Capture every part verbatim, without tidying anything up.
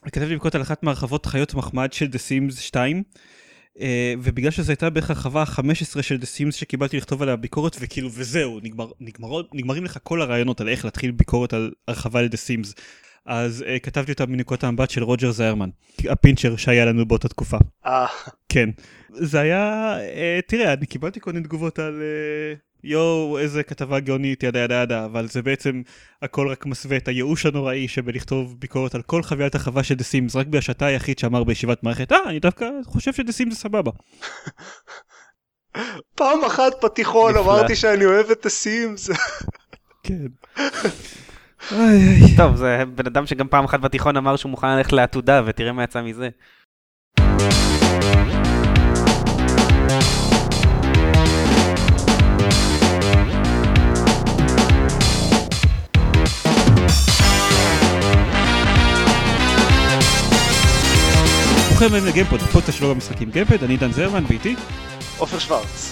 כתבתי ביקורת על אחת מהרחבות חיות מחמד של The Sims שתיים, ובגלל שזו הייתה בערך הרחבה ה-חמש עשרה של The Sims שקיבלתי לכתוב עליה ביקורת, וכאילו וזהו, נגמר, נגמר, נגמרים לך כל הרעיונות על איך להתחיל ביקורת על הרחבה ל-The Sims. אז uh, כתבתי אותה מנקודת המבט של רוג'ר זיירמן, הפינצ'ר שהיה לנו באותה תקופה. אה. כן. זה היה, uh, תראה, אני קיבלתי כל מיני תגובות על, uh, יו, איזה כתבה גאונית, ידה ידה ידה, אבל זה בעצם הכל רק מסווה את הייאוש הנוראי שבלכתוב ביקורת על כל חוויית החווה של The Sims, רק בהשתה היחיד שאמר בישיבת מערכת, אה, אני דווקא חושב ש-The Sims זה סבבה. פעם אחת בתיכון אמרתי שאני אוהב את The Sims. כן. טוב, זה בן אדם שגם פעם אחת בתיכון אמר שהוא מוכן ללכת לעתודה, ותראה מה יצא מזה. ברוכים הבאים לגיימפוד, הפודקאסט שלו במשחקים גיימפד, אני דן זרמן, ואיתי עופר שוורץ,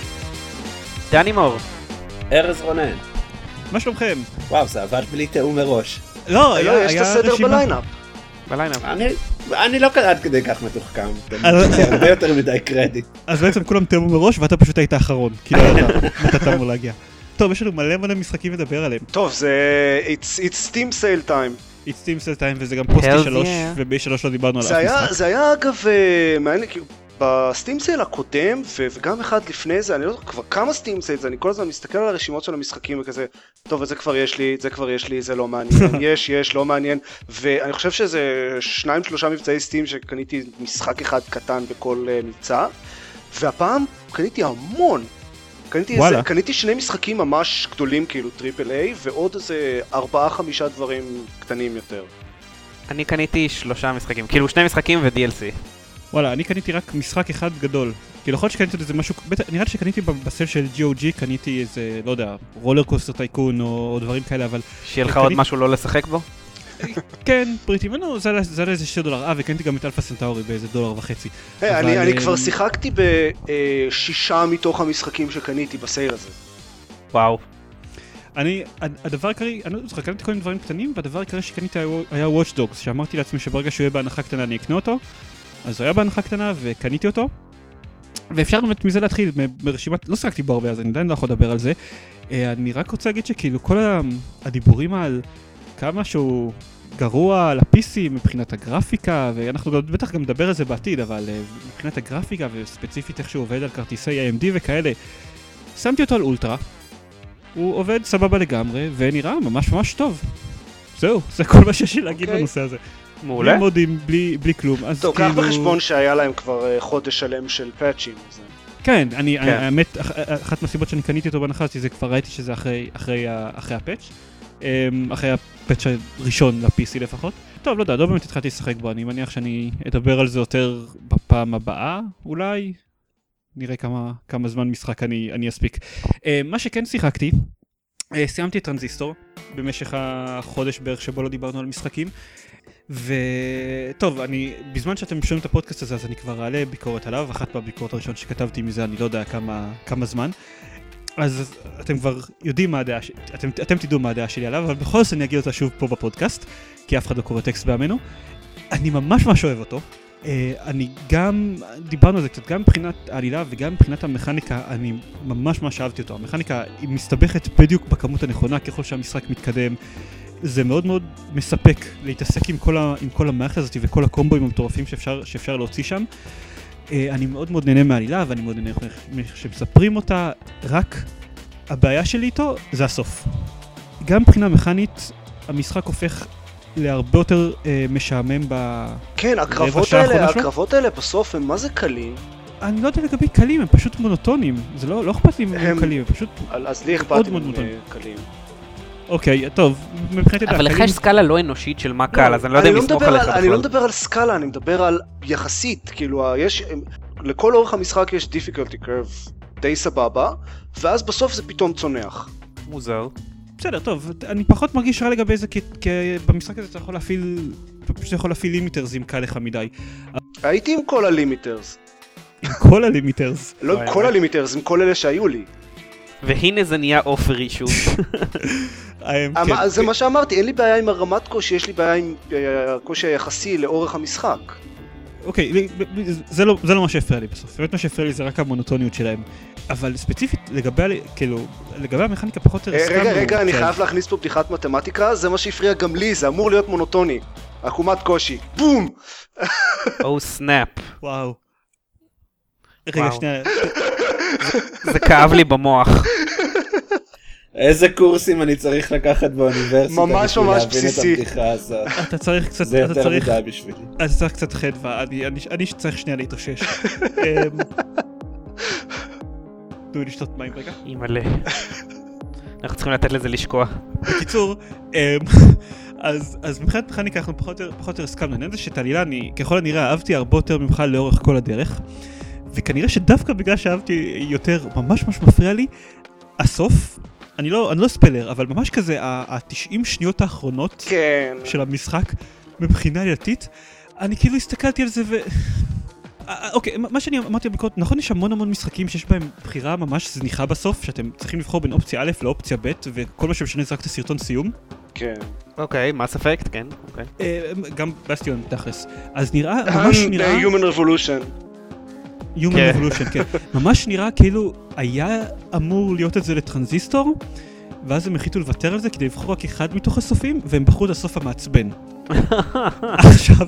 דני מור, ארז רונן. מה שלומכם? וואו, זה עבד בלי תאום מראש. לא, יש את הסדר בליינאפ. בליינאפ. אני לא עד כדי כך מתוחכם, זה הרבה יותר מדי קרדיט. אז בעצם כולם תאמו מראש, ואתה פשוט היית האחרון, כי לא ידעת מתי אתה אמור להגיע. טוב, יש לנו מלא מלא משחקים לדבר עליהם. טוב, זה It's Steam Sale Time. It's Steam Sale Time, וזה גם פוסטי שלוש, וב שלוש לא דיברנו על אף משחק. זה היה אגב מעניין, כאילו, בסטים סייל הקודם, וגם אחד לפני זה, אני לא יודע, כבר כמה סטים סייל, אני כל הזמן מסתכל על הרשימות של המשחקים וכזה, טוב, זה כבר יש לי, זה כבר יש לי, זה לא מעניין, יש, יש, לא מעניין, ואני חושב שזה שניים, שלושה מבצעי סטים שקניתי משחק אחד קטן בכל מבצע, והפעם קניתי המון, קניתי, איזה, קניתי שני משחקים ממש גדולים, כאילו טריפל איי, ועוד איזה ארבעה, חמישה דברים קטנים יותר. אני קניתי שלושה משחקים, כאילו שני משחקים ו-די אל סי. וואלה, אני קניתי רק משחק אחד גדול. כאילו, יכול להיות שקניתי איזה משהו, נראה לי שקניתי בסל של ג'י או ג'י, קניתי איזה, לא יודע, רולר קוסטר טייקון או דברים כאלה, אבל... שיהיה לך עוד משהו לא לשחק בו? כן, פריטי, מנו, זה היה איזה שתי דולר, אה, וקניתי גם את אלפה סנטאורי באיזה דולר וחצי. אני כבר שיחקתי בשישה מתוך המשחקים שקניתי בסייל הזה. וואו. אני, הדבר העיקרי, אני לא זוכר, קניתי כל מיני דברים קטנים, והדבר העיקרי שקניתי היה Watch Dogs, שאמרתי לעצמי שברגע שהוא יהיה בהנחה קטנה אני אקנה אותו. אז הוא היה בהנחה קטנה וקניתי אותו, ואפשר באמת מזה להתחיל, ברשימת, לא שחקתי בו הרבה, אז אני עדיין לא יכול לדבר על זה. אני רק רוצה להגיד שכאילו כל הדיבורים על כמה שהוא גרוע על ה-פי סי מבחינת הגרפיקה, ואנחנו בטח גם נדבר על זה בעתיד, אבל מבחינת הגרפיקה וספציפית איך שהוא עובד על כרטיסי איי אם די וכאלה, שמתי אותו על אולטרה, הוא עובד סבבה לגמרי, ונראה ממש ממש טוב. זהו, זה כל מה שיש לי להגיד בנושא הזה. מעולה. בלי מודים, בלי, בלי כלום. טוב, קח בחשבון שהיה להם כבר חודש שלם של פאצ'ים. כן, אני, האמת, אחת מהסיבות שאני קניתי אותו בהנחה, זה כבר ראיתי שזה אחרי, אחרי, אחרי הפאצ', אחרי הפאצ' הראשון ל-פי סי לפחות. טוב, לא יודע, לא באמת התחלתי לשחק בו, אני מניח שאני אדבר על זה יותר בפעם הבאה, אולי. נראה כמה, כמה זמן משחק אני, אני אספיק. מה שכן שיחקתי, סיימתי את טרנזיסטור, במשך החודש בערך שבו לא דיברנו על משחקים, וטוב, אני, בזמן שאתם שומעים את הפודקאסט הזה, אז אני כבר אעלה ביקורת עליו, אחת מהביקורת הראשון שכתבתי מזה, אני לא יודע כמה, כמה זמן, אז אתם כבר יודעים מה הדעה, אתם, אתם תדעו מה הדעה שלי עליו, אבל בכל זאת אני אגיד אותה שוב פה בפודקאסט, כי אף אחד לא קורא טקסט בימינו. אני ממש ממש אוהב אותו, אני גם, דיברנו על זה קצת, גם מבחינת העלילה וגם מבחינת המכניקה, אני ממש ממש אהבתי אותו. המכניקה היא מסתבכת בדיוק בכמות הנכונה, ככל שהמשחק מתקדם, זה מאוד מאוד מספק להתעסק עם כל, ה, עם כל המערכת הזאת וכל הקומבואים המטורפים שאפשר, שאפשר להוציא שם. אני מאוד מאוד נהנה מהעלילה, ואני מאוד נהנה שמספרים אותה, רק הבעיה שלי איתו זה הסוף. גם מבחינה מכנית, המשחק הופך להרבה יותר אה, משעמם ברבע כן, הקרבות האלה, הקרבות האלה בסוף הם מה זה קלים? אני לא יודע לגבי קלים, הם פשוט מונוטונים. זה לא, לא אכפת לי אם הם קלים, הם פשוט אז לי אכפת עם קלים. אוקיי, טוב, מבחינת אבל לך יש סקאלה לא אנושית של מה קל, אז אני לא יודע אם לסמוך עליך בכלל. אני לא מדבר על סקאלה, אני מדבר על יחסית, כאילו, יש, לכל אורך המשחק יש difficulty curve די סבבה, ואז בסוף זה פתאום צונח. מוזר. בסדר, טוב, אני פחות מרגיש רע לגבי זה, כי במשחק הזה אתה יכול להפעיל, פשוט יכול להפעיל לימיטרס אם קל לך מדי. הייתי עם כל הלימיטרס. עם כל הלימיטרס? לא עם כל הלימיטרס, עם כל אלה שהיו לי. והנה זה נהיה אופרי שוב. זה מה שאמרתי, אין לי בעיה עם הרמת קושי, יש לי בעיה עם הקושי היחסי לאורך המשחק. אוקיי, זה לא מה שהפריע לי בסוף, באמת מה שהפריע לי זה רק המונוטוניות שלהם, אבל ספציפית לגבי, כאילו, לגבי המכניקה פחות... רגע, רגע, אני חייב להכניס פה בדיחת מתמטיקה, זה מה שהפריע גם לי, זה אמור להיות מונוטוני, עקומת קושי, בום! או סנאפ. וואו. רגע, שנייה. זה כאב לי במוח. איזה קורסים אני צריך לקחת באוניברסיטה ממש ממש בסיסי. אתה צריך קצת, זה יותר מדי בשבילי. אתה צריך קצת חדווה, אני צריך שנייה להתאושש. תנו לי לשתות מים רגע. היא מלא. אנחנו צריכים לתת לזה לשקוע. בקיצור, אז מבחינת מכניקה אנחנו פחות או יותר הסכמנו. אני יודע שאת העלילה, אני ככל הנראה אהבתי הרבה יותר ממך לאורך כל הדרך, וכנראה שדווקא בגלל שאהבתי יותר, ממש ממש מפריע לי, הסוף, אני לא, אני לא ספלר, אבל ממש כזה, ה-תשעים שניות האחרונות כן. של המשחק, מבחינה עלילתית, אני כאילו הסתכלתי על זה ו... אוקיי, מה שאני אמרתי בביקורת, נכון יש המון המון משחקים שיש בהם בחירה ממש זניחה בסוף, שאתם צריכים לבחור בין אופציה א' לאופציה ב', וכל מה שמשנה זה רק את הסרטון סיום. כן. אוקיי, מס אפקט, כן, אוקיי. גם בסטיון, תכלס. אז נראה, ממש נראה... Human Revolution. Human Revolution, כן. ממש נראה כאילו היה אמור להיות את זה לטרנזיסטור, ואז הם החליטו לוותר על זה כדי לבחור רק אחד מתוך הסופים, והם בחרו את הסוף המעצבן. עכשיו,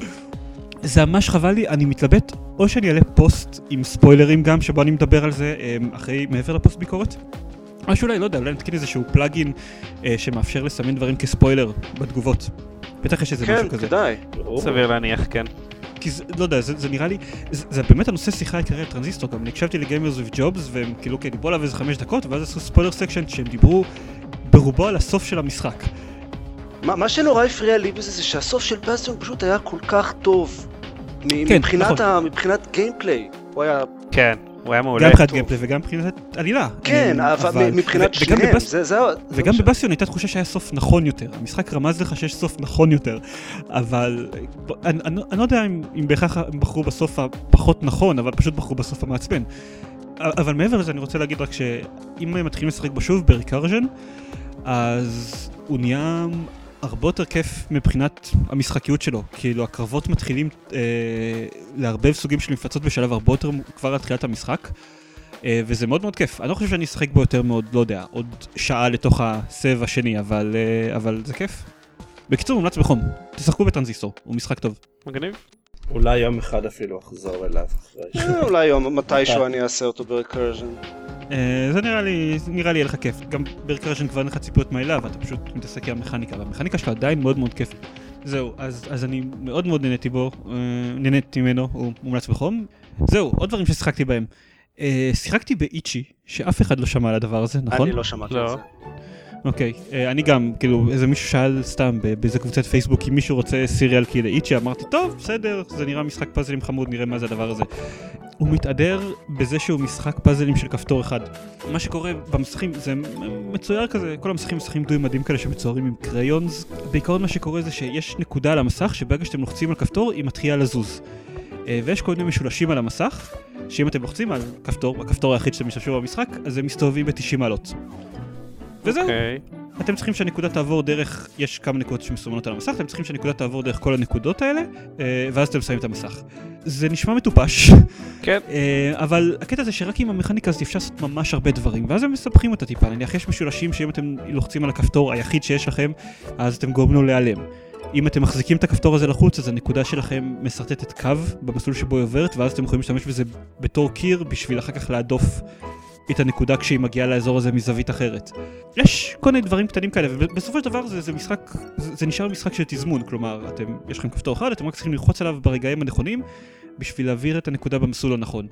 זה ממש חבל לי, אני מתלבט, או שאני אעלה פוסט עם ספוילרים גם, שבו אני מדבר על זה אחרי, מעבר לפוסט ביקורת, או שאולי, לא יודע, אולי נתקין איזשהו פלאגין שמאפשר לסמן דברים כספוילר בתגובות. בטח יש איזה משהו כזה. כן, כדאי. סביר להניח, כן. כי זה, לא יודע, זה, זה נראה לי, זה, זה באמת הנושא שיחה העיקרי על טרנזיסטור, גם אני הקשבתי לגיימרס with Jobs, והם כאילו, כן, דיברו עליו איזה חמש דקות, ואז עשו ספוילר סקשן שהם דיברו ברובו על הסוף של המשחק. מה, מה שנורא הפריע לי בזה, זה שהסוף של בסטיון פשוט היה כל כך טוב. כן, מבחינת, נכון. ה, מבחינת גיימפליי, הוא היה... כן, הוא היה מעולה. גם מבחינת גיימפליי וגם מבחינת עלילה. כן, אבל מבחינת שניהם, זה זה... וגם בבסטיון הייתה תחושה שהיה סוף נכון יותר. המשחק רמז לך שיש סוף נכון יותר. אבל אני, אני, אני לא יודע אם, אם בהכרח הם בחרו בסוף הפחות נכון, אבל פשוט בחרו בסוף המעצבן. אבל מעבר לזה אני רוצה להגיד רק שאם הם מתחילים לשחק בשוב בריקרז'ן, אז הוא נהיה הרבה יותר כיף מבחינת המשחקיות שלו. כאילו הקרבות מתחילים אה, להרבב סוגים של מפלצות בשלב הרבה יותר כבר על תחילת המשחק. וזה מאוד מאוד כיף. אני לא חושב שאני אשחק בו יותר מאוד, לא יודע, עוד שעה לתוך הסבב השני, אבל, אבל זה כיף. בקיצור, מומלץ בחום. תשחקו בטרנזיסטור, הוא משחק טוב. מגניב. אולי יום אחד אפילו אחזור אליו. אולי יום, מתישהו אני אעשה אותו בריקרז'ן. זה נראה לי, נראה לי יהיה לך כיף. גם בריקרז'ן כבר אין לך ציפיות מהילה, ואתה פשוט מתעסק עם המכניקה, והמכניקה שלו עדיין מאוד מאוד כיף. זהו, אז, אז אני מאוד מאוד נהניתי בו, נהניתי ממנו, הוא מומלץ בחום. זהו, עוד דברים ששיחקתי בהם. Uh, שיחקתי באיצ'י, שאף אחד לא שמע על הדבר הזה, נכון? אני לא שמעתי על זה. אוקיי, uh, אני גם, כאילו, איזה מישהו שאל סתם באיזה קבוצת פייסבוק, אם מישהו רוצה סיריאל כאילו איצ'י, אמרתי, טוב, בסדר, זה נראה משחק פאזלים חמוד, נראה מה זה הדבר הזה. הוא מתעדר בזה שהוא משחק פאזלים של כפתור אחד. מה שקורה במשחקים, זה מצויר כזה, כל המשחקים משחקים דוי מדהים כאלה שמצוירים עם קריונס. בעיקרון מה שקורה זה שיש נקודה על המסך, שברגע שאתם לוחצים על כפתור, היא מתחילה לזוז. Uh, ויש כל מיני משולשים על המסך, שאם אתם לוחצים על כפתור, הכפתור היחיד שאתם משתמשו במשחק, אז הם מסתובבים ב-תשעים מעלות. וזהו. Okay. אתם צריכים שהנקודה תעבור דרך, יש כמה נקודות שמסומנות על המסך, אתם צריכים שהנקודה תעבור דרך כל הנקודות האלה, ואז אתם שמים את המסך. זה נשמע מטופש. כן. אבל הקטע זה שרק עם המכניקה הזאת אפשר לעשות ממש הרבה דברים, ואז הם מספחים אותה טיפה. נניח יש משולשים שאם אתם לוחצים על הכפתור היחיד שיש לכם, אז אתם גורמים לו להיעלם. אם אתם מחזיקים את הכפתור הזה לחוץ, אז הנקודה שלכם מסרטטת קו במסלול שבו היא עוברת, ואז אתם יכולים להשתמש בזה בתור קיר, בשביל אחר כך להדוף את הנקודה כשהיא מגיעה לאזור הזה מזווית אחרת. יש כל מיני דברים קטנים כאלה, ובסופו של דבר זה, זה משחק, זה, זה נשאר משחק של תזמון, כלומר, אתם, יש לכם כפתור אחד, אתם רק צריכים ללחוץ עליו ברגעים הנכונים, בשביל להעביר את הנקודה במסלול הנכון.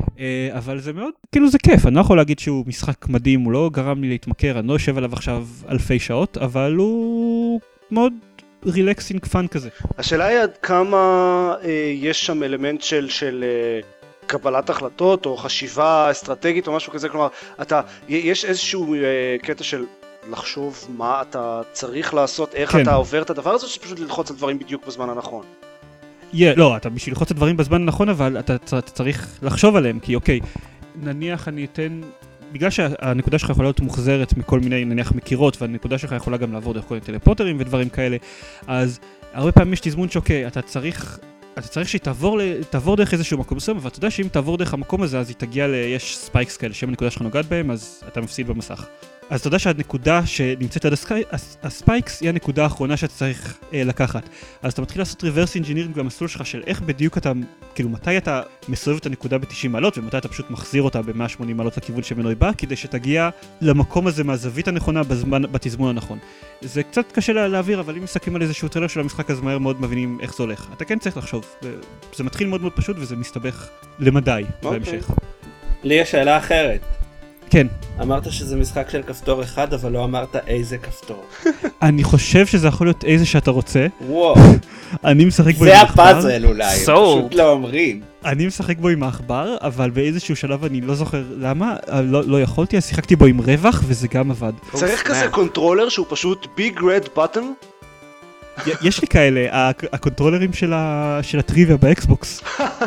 אבל זה מאוד, כאילו זה כיף, אני לא יכול להגיד שהוא משחק מדהים, הוא לא גרם לי להתמכר, אני לא יושב עליו עכשיו אלפי שעות, אבל הוא מאוד רילקסינג פאן כזה. השאלה היא עד כמה אה, יש שם אלמנט של, של אה, קבלת החלטות או חשיבה אסטרטגית או משהו כזה, כלומר, אתה, יש איזשהו אה, קטע של לחשוב מה אתה צריך לעשות, איך כן. אתה עובר את הדבר הזה, שפשוט ללחוץ על דברים בדיוק בזמן הנכון. Yeah, לא, אתה בשביל ללחוץ על דברים בזמן הנכון, אבל אתה, אתה צריך לחשוב עליהם, כי אוקיי, נניח אני אתן בגלל שהנקודה שלך יכולה להיות מוחזרת מכל מיני נניח מקירות, והנקודה שלך יכולה גם לעבור דרך כל מיני טלפורטרים ודברים כאלה, אז הרבה פעמים יש תזמון שאוקיי, אתה צריך, אתה צריך שהיא תעבור, תעבור דרך איזשהו מקום מסוים, ואתה יודע שאם תעבור דרך המקום הזה, אז היא תגיע ל... יש ספייקס כאלה, שם הנקודה שלך נוגעת בהם, אז אתה מפסיד במסך. אז אתה יודע שהנקודה שנמצאת עד הסקי, הספייקס היא הנקודה האחרונה שאתה צריך אה, לקחת. אז אתה מתחיל לעשות reverse engineering במסלול שלך של איך בדיוק אתה, כאילו מתי אתה מסובב את הנקודה ב-תשעים מעלות, ומתי אתה פשוט מחזיר אותה ב-מאה ושמונים מעלות לכיוון שמנו היא באה, כדי שתגיע למקום הזה מהזווית הנכונה בזמן, בתזמון הנכון. זה קצת קשה לה, להעביר, אבל אם מסתכלים על איזשהו טריילר של המשחק, אז מהר מאוד מבינים איך זה הולך. אתה כן צריך לחשוב. זה מתחיל מאוד מאוד פשוט, וזה מסתבך למדי בהמשך. לי יש שאלה אחרת. כן. אמרת שזה משחק של כפתור אחד, אבל לא אמרת איזה כפתור. אני חושב שזה יכול להיות איזה שאתה רוצה. וואו. אני משחק בו עם זה העכבר. הפאזל אולי, So. פשוט לא אומרים. אני משחק בו עם העכבר, אבל באיזשהו שלב אני לא זוכר למה, לא, לא יכולתי, אז שיחקתי בו עם רווח, וזה גם עבד. צריך כזה קונטרולר שהוא פשוט ביג רד בטן? יש לי כאלה, הקונטרולרים של ה- של הטריוויה באקסבוקס.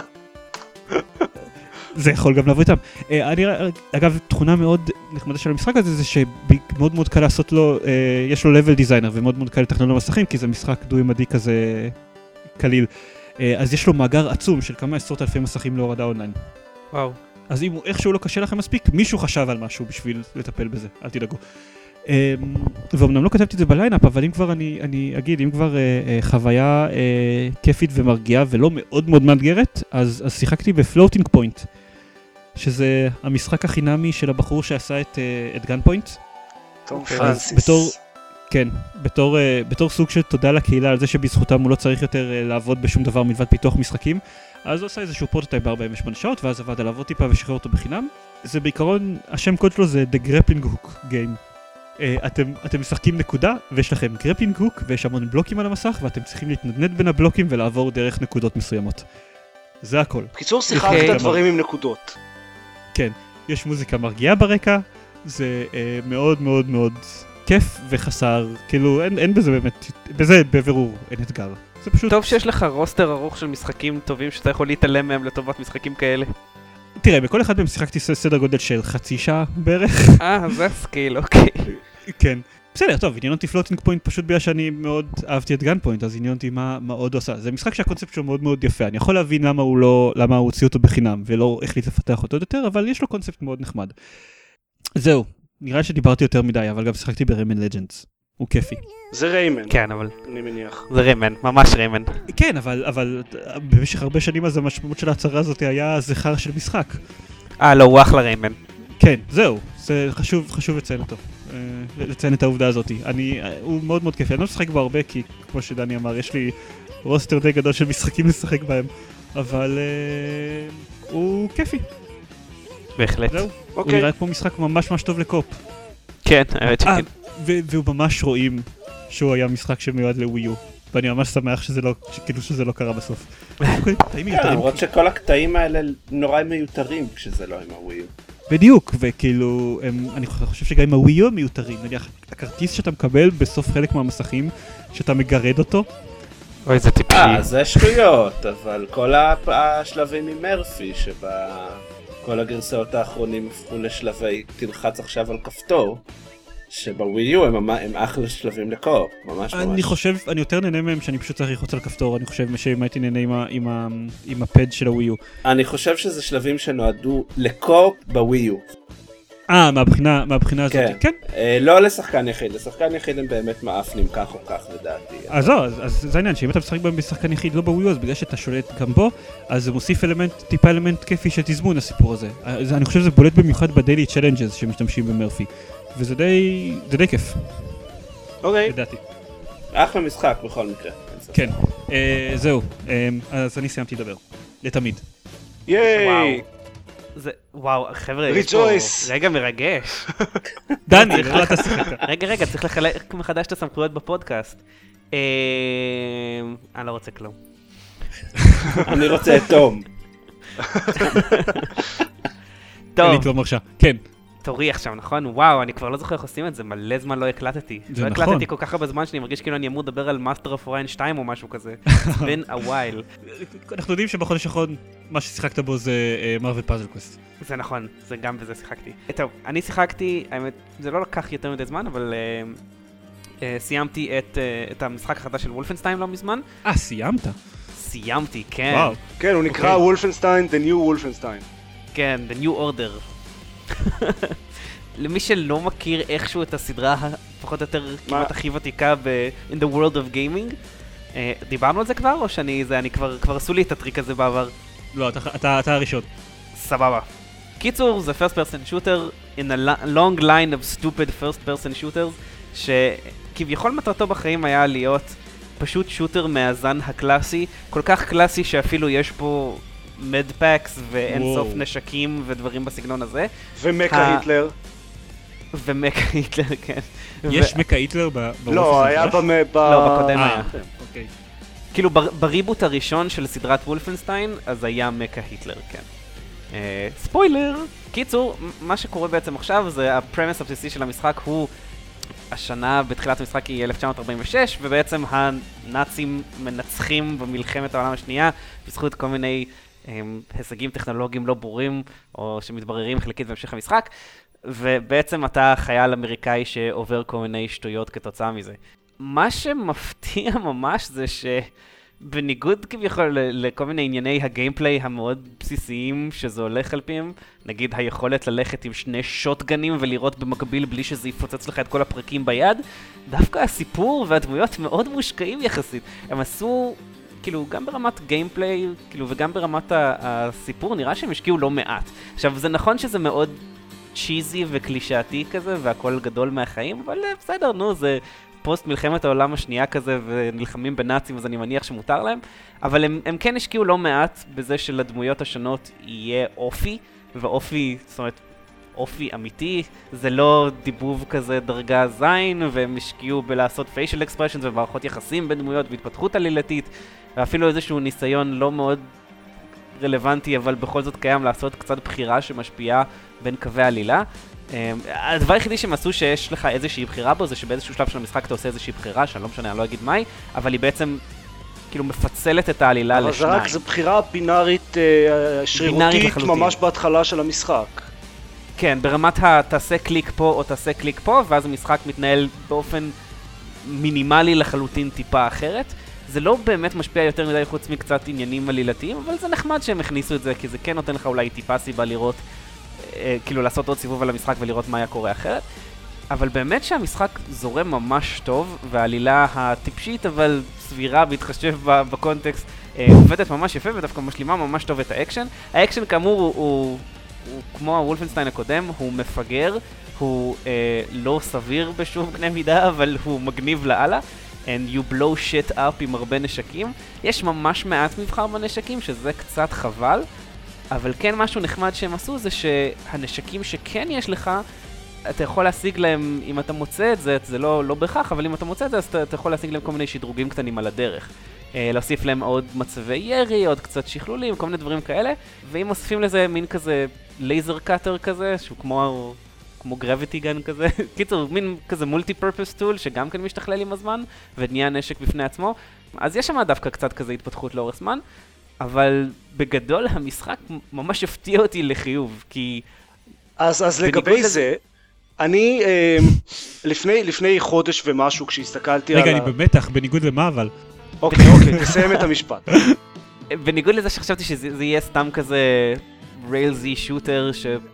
זה יכול גם לעבור איתם. אני, אגב, תכונה מאוד נחמדה של המשחק הזה, זה שמאוד מאוד קל לעשות לו, יש לו level designer, ומאוד מאוד קל לתכנן לו מסכים, כי זה משחק דו-ימדי כזה קליל. אז יש לו מאגר עצום של כמה עשרות אלפי מסכים להורדה אונליין. וואו. אז אם איכשהו לא קשה לכם מספיק, מישהו חשב על משהו בשביל לטפל בזה, אל תדאגו. ואומנם לא כתבתי את זה בליינאפ, אבל אם כבר אני, אני אגיד, אם כבר חוויה כיפית ומרגיעה ולא מאוד מאוד מאתגרת, אז, אז שיחקתי בפלוטינג פוינט, שזה המשחק החינמי של הבחור שעשה את, את גן פוינט. תום פרנסיס. בתור, כן, בתור, בתור סוג של תודה לקהילה על זה שבזכותם הוא לא צריך יותר לעבוד בשום דבר מלבד פיתוח משחקים, אז הוא עשה איזשהו פרוטוטייפ ב-ארבעים ושמונה שעות, ואז עבד עליו עוד טיפה ושחרר אותו בחינם. זה בעיקרון, השם קוד שלו זה The Grappling Hook Game. Uh, אתם, אתם משחקים נקודה, ויש לכם גרפלינג הוק, ויש המון בלוקים על המסך, ואתם צריכים להתנדנד בין הבלוקים ולעבור דרך נקודות מסוימות. זה הכל. בקיצור, שיחקת דברים עם נקודות. כן, יש מוזיקה מרגיעה ברקע, זה uh, מאוד מאוד מאוד כיף וחסר, כאילו אין, אין בזה באמת, בזה בבירור אין אתגר. זה פשוט... טוב שיש לך רוסטר ארוך של משחקים טובים שאתה יכול להתעלם מהם לטובת משחקים כאלה. תראה, בכל אחד מהם שיחקתי סדר גודל של חצי שעה בערך. אה, זה הסקיל, אוקיי. כן. בסדר, טוב, עניין אותי פלוטינג פוינט פשוט בגלל שאני מאוד אהבתי את גן פוינט, אז עניין אותי מה, מה עוד עושה. זה משחק שהקונספט שלו מאוד מאוד יפה, אני יכול להבין למה הוא לא, למה הוא הוציא אותו בחינם, ולא החליט לפתח אותו יותר, אבל יש לו קונספט מאוד נחמד. זהו, נראה שדיברתי יותר מדי, אבל גם שיחקתי בריימן לג'נדס. הוא כיפי. זה ריימן. כן, אבל... אני מניח. זה ריימן, ממש ריימן. כן, אבל, אבל במשך הרבה שנים אז המשמעות של ההצהרה הזאת היה זכר של משחק. אה, לא, הוא אחלה ריימן. כן, זהו, זה חשוב, חשוב לציין אותו. לציין את העובדה הזאת. אני, הוא מאוד מאוד כיפי, אני לא משחק בו הרבה, כי כמו שדני אמר, יש לי רוסטר די גדול של משחקים לשחק בהם, אבל uh, הוא כיפי. בהחלט. זהו, אוקיי. הוא נראה כמו משחק ממש ממש טוב לקופ. כן, האמת שכן. והוא ממש רואים שהוא היה משחק שמיועד לווי-יו, ואני ממש שמח שזה לא, כאילו שזה לא קרה בסוף. למרות שכל הקטעים האלה נורא מיותרים כשזה לא עם הווי-יו. בדיוק, וכאילו, אני חושב שגם עם הווי-יו הם מיותרים, נניח, הכרטיס שאתה מקבל בסוף חלק מהמסכים, שאתה מגרד אותו. אוי, זה טיפשי. אה, זה שטויות, אבל כל השלבים עם מרפי, שבה כל הגרסאות האחרונים הפכו לשלבי, תלחץ עכשיו על כפתור, שבווי-יו הם, הם אחלה שלבים לקופ, ממש ממש. אני חושב, אני יותר נהנה מהם שאני פשוט צריך ללחוץ על כפתור, אני חושב שאם הייתי נהנה עם, ה, עם, ה, עם הפד של הווי-יו. אני חושב שזה שלבים שנועדו לקופ בווי-יו. אה, מהבחינה, מהבחינה הזאת, כן. כן. אה, לא לשחקן יחיד, לשחקן יחיד הם באמת מאפנים כך או כך לדעתי. אז לא, אז, אז זה העניין, שאם אתה משחק בהם בשחקן יחיד לא בווי-יו, אז בגלל שאתה שולט גם בו, אז זה מוסיף אלמנט, טיפה אלמנט כיפי של תזמון הסיפור הזה. אז אני חושב שזה בולט במיוחד בדיילי צ'לנג'ס שמשתמשים במרפי. וזה די, זה די כיף. אוקיי. לדעתי. אחלה משחק בכל מקרה. כן, אה, זהו, אה, אז אני סיימתי לדבר. לתמיד. ייי! זה, וואו, חבר'ה, יש פה ריג'ויס! רגע מרגש. דני, איך אתה שיחקת? רגע, רגע, צריך לחלק מחדש את הסמכויות בפודקאסט. אה, אני לא רוצה כלום. אני רוצה את תום. טוב. אין לי תום מרשה. כן. תורי עכשיו, נכון? וואו, אני כבר לא זוכר איך עושים את זה, מלא זמן לא הקלטתי. זה לא נכון. הקלטתי כל כך הרבה זמן שאני מרגיש כאילו אני אמור לדבר על מאסטר אוף אוריין שתיים או משהו כזה. It's been a while. אנחנו יודעים שבחודש האחרון מה ששיחקת בו זה מרוויל פאזל קווסט. זה נכון, זה גם בזה שיחקתי. טוב, אני שיחקתי, האמת, זה לא לקח יותר מדי זמן, אבל uh, uh, סיימתי את, uh, את המשחק החדש של וולפנשטיין לא מזמן. אה, סיימת? סיימתי, כן. וואו. כן, הוא נקרא וולפנשטיין, The New וולפנשטיין. כן, The New Order. למי שלא מכיר איכשהו את הסדרה הפחות או יותר כמעט הכי ותיקה ב- In the World of Gaming, uh, דיברנו על זה כבר, או שאני, זה, אני כבר, כבר עשו לי את הטריק הזה בעבר? לא, אתה, אתה, אתה הראשון. סבבה. קיצור, זה first person shooter in a long line of stupid first person shooters, שכביכול מטרתו בחיים היה להיות פשוט שוטר מהזן הקלאסי, כל כך קלאסי שאפילו יש פה מדפקס ואין סוף נשקים ודברים בסגנון הזה. ומקה היטלר. ומקה היטלר, כן. יש מקה היטלר בוולפנשטיין? לא, היה ב... לא, בקודם היה. אה, אוקיי. כאילו בריבוט הראשון של סדרת וולפנשטיין, אז היה מקה היטלר, כן. ספוילר! קיצור, מה שקורה בעצם עכשיו זה הפרמס הבסיסי של המשחק הוא השנה בתחילת המשחק היא אלף תשע מאות ארבעים ושש, ובעצם הנאצים מנצחים במלחמת העולם השנייה בזכות כל מיני הם, הישגים טכנולוגיים לא ברורים או שמתבררים חלקית בהמשך המשחק, ובעצם אתה חייל אמריקאי שעובר כל מיני שטויות כתוצאה מזה. מה שמפתיע ממש זה שבניגוד כביכול לכל מיני ענייני הגיימפליי המאוד בסיסיים שזה הולך על פיהם, נגיד היכולת ללכת עם שני שוטגנים ולראות במקביל בלי שזה יפוצץ לך את כל הפרקים ביד, דווקא הסיפור והדמויות מאוד מושקעים יחסית. הם עשו, כאילו, גם ברמת גיימפליי, כאילו, וגם ברמת הסיפור, נראה שהם השקיעו לא מעט. עכשיו, זה נכון שזה מאוד צ'יזי וקלישאתי כזה, והכל גדול מהחיים, אבל בסדר, נו, זה פוסט מלחמת העולם השנייה כזה, ונלחמים בנאצים, אז אני מניח שמותר להם, אבל הם, הם כן השקיעו לא מעט בזה שלדמויות השונות יהיה אופי, ואופי, זאת אומרת, אופי אמיתי, זה לא דיבוב כזה דרגה זין, והם השקיעו בלעשות facial expressions ומערכות יחסים בין דמויות והתפתחות עלילתית, ואפילו איזשהו ניסיון לא מאוד רלוונטי, אבל בכל זאת קיים לעשות קצת בחירה שמשפיעה בין קווי העלילה. הדבר היחידי שהם עשו שיש לך איזושהי בחירה בו, זה שבאיזשהו שלב של המשחק אתה עושה איזושהי בחירה, שאני לא משנה, אני לא אגיד מהי, אבל היא בעצם כאילו מפצלת את העלילה לשניים. אבל זו בחירה בינארית שרירותית ממש בהתחלה של המשחק. כן, ברמת ה... תעשה קליק פה או תעשה קליק פה, ואז המשחק מתנהל באופן מינימלי לחלוטין טיפה אחרת. זה לא באמת משפיע יותר מדי חוץ מקצת עניינים עלילתיים, אבל זה נחמד שהם הכניסו את זה, כי זה כן נותן לך אולי טיפה סיבה לראות, אה, כאילו לעשות עוד סיבוב על המשחק ולראות מה היה קורה אחרת. אבל באמת שהמשחק זורם ממש טוב, והעלילה הטיפשית אבל סבירה בהתחשב בקונטקסט, אה, עובדת ממש יפה ודווקא משלימה ממש טוב את האקשן. האקשן כאמור הוא... הוא הוא כמו הוולפנשטיין הקודם, הוא מפגר, הוא אה, לא סביר בשום קנה מידה, אבל הוא מגניב לאללה. And you blow shit up עם הרבה נשקים. יש ממש מעט מבחר בנשקים, שזה קצת חבל, אבל כן משהו נחמד שהם עשו זה שהנשקים שכן יש לך, אתה יכול להשיג להם, אם אתה מוצא את זה, זה לא, לא בכך, אבל אם אתה מוצא את זה, אז אתה, אתה יכול להשיג להם כל מיני שדרוגים קטנים על הדרך. אה, להוסיף להם עוד מצבי ירי, עוד קצת שכלולים, כל מיני דברים כאלה, ואם מוסיפים לזה מין כזה לייזר קאטר כזה, שהוא כמו, כמו גרביטי גן כזה, קיצור, מין כזה מולטי-פרפס טול, שגם כן משתכלל עם הזמן, ונהיה נשק בפני עצמו, אז יש שם דווקא קצת כזה התפתחות לאורך זמן, אבל בגדול המשחק ממש הפתיע אותי לחיוב, כי... אז, אז לגבי זה, אני אה, לפני, לפני חודש ומשהו כשהסתכלתי רגע, על... אני במתח, בניגוד למה אבל? אוקיי, אוקיי, תסיים את המשפט. בניגוד לזה שחשבתי שזה יהיה סתם כזה ריילזי שוטר,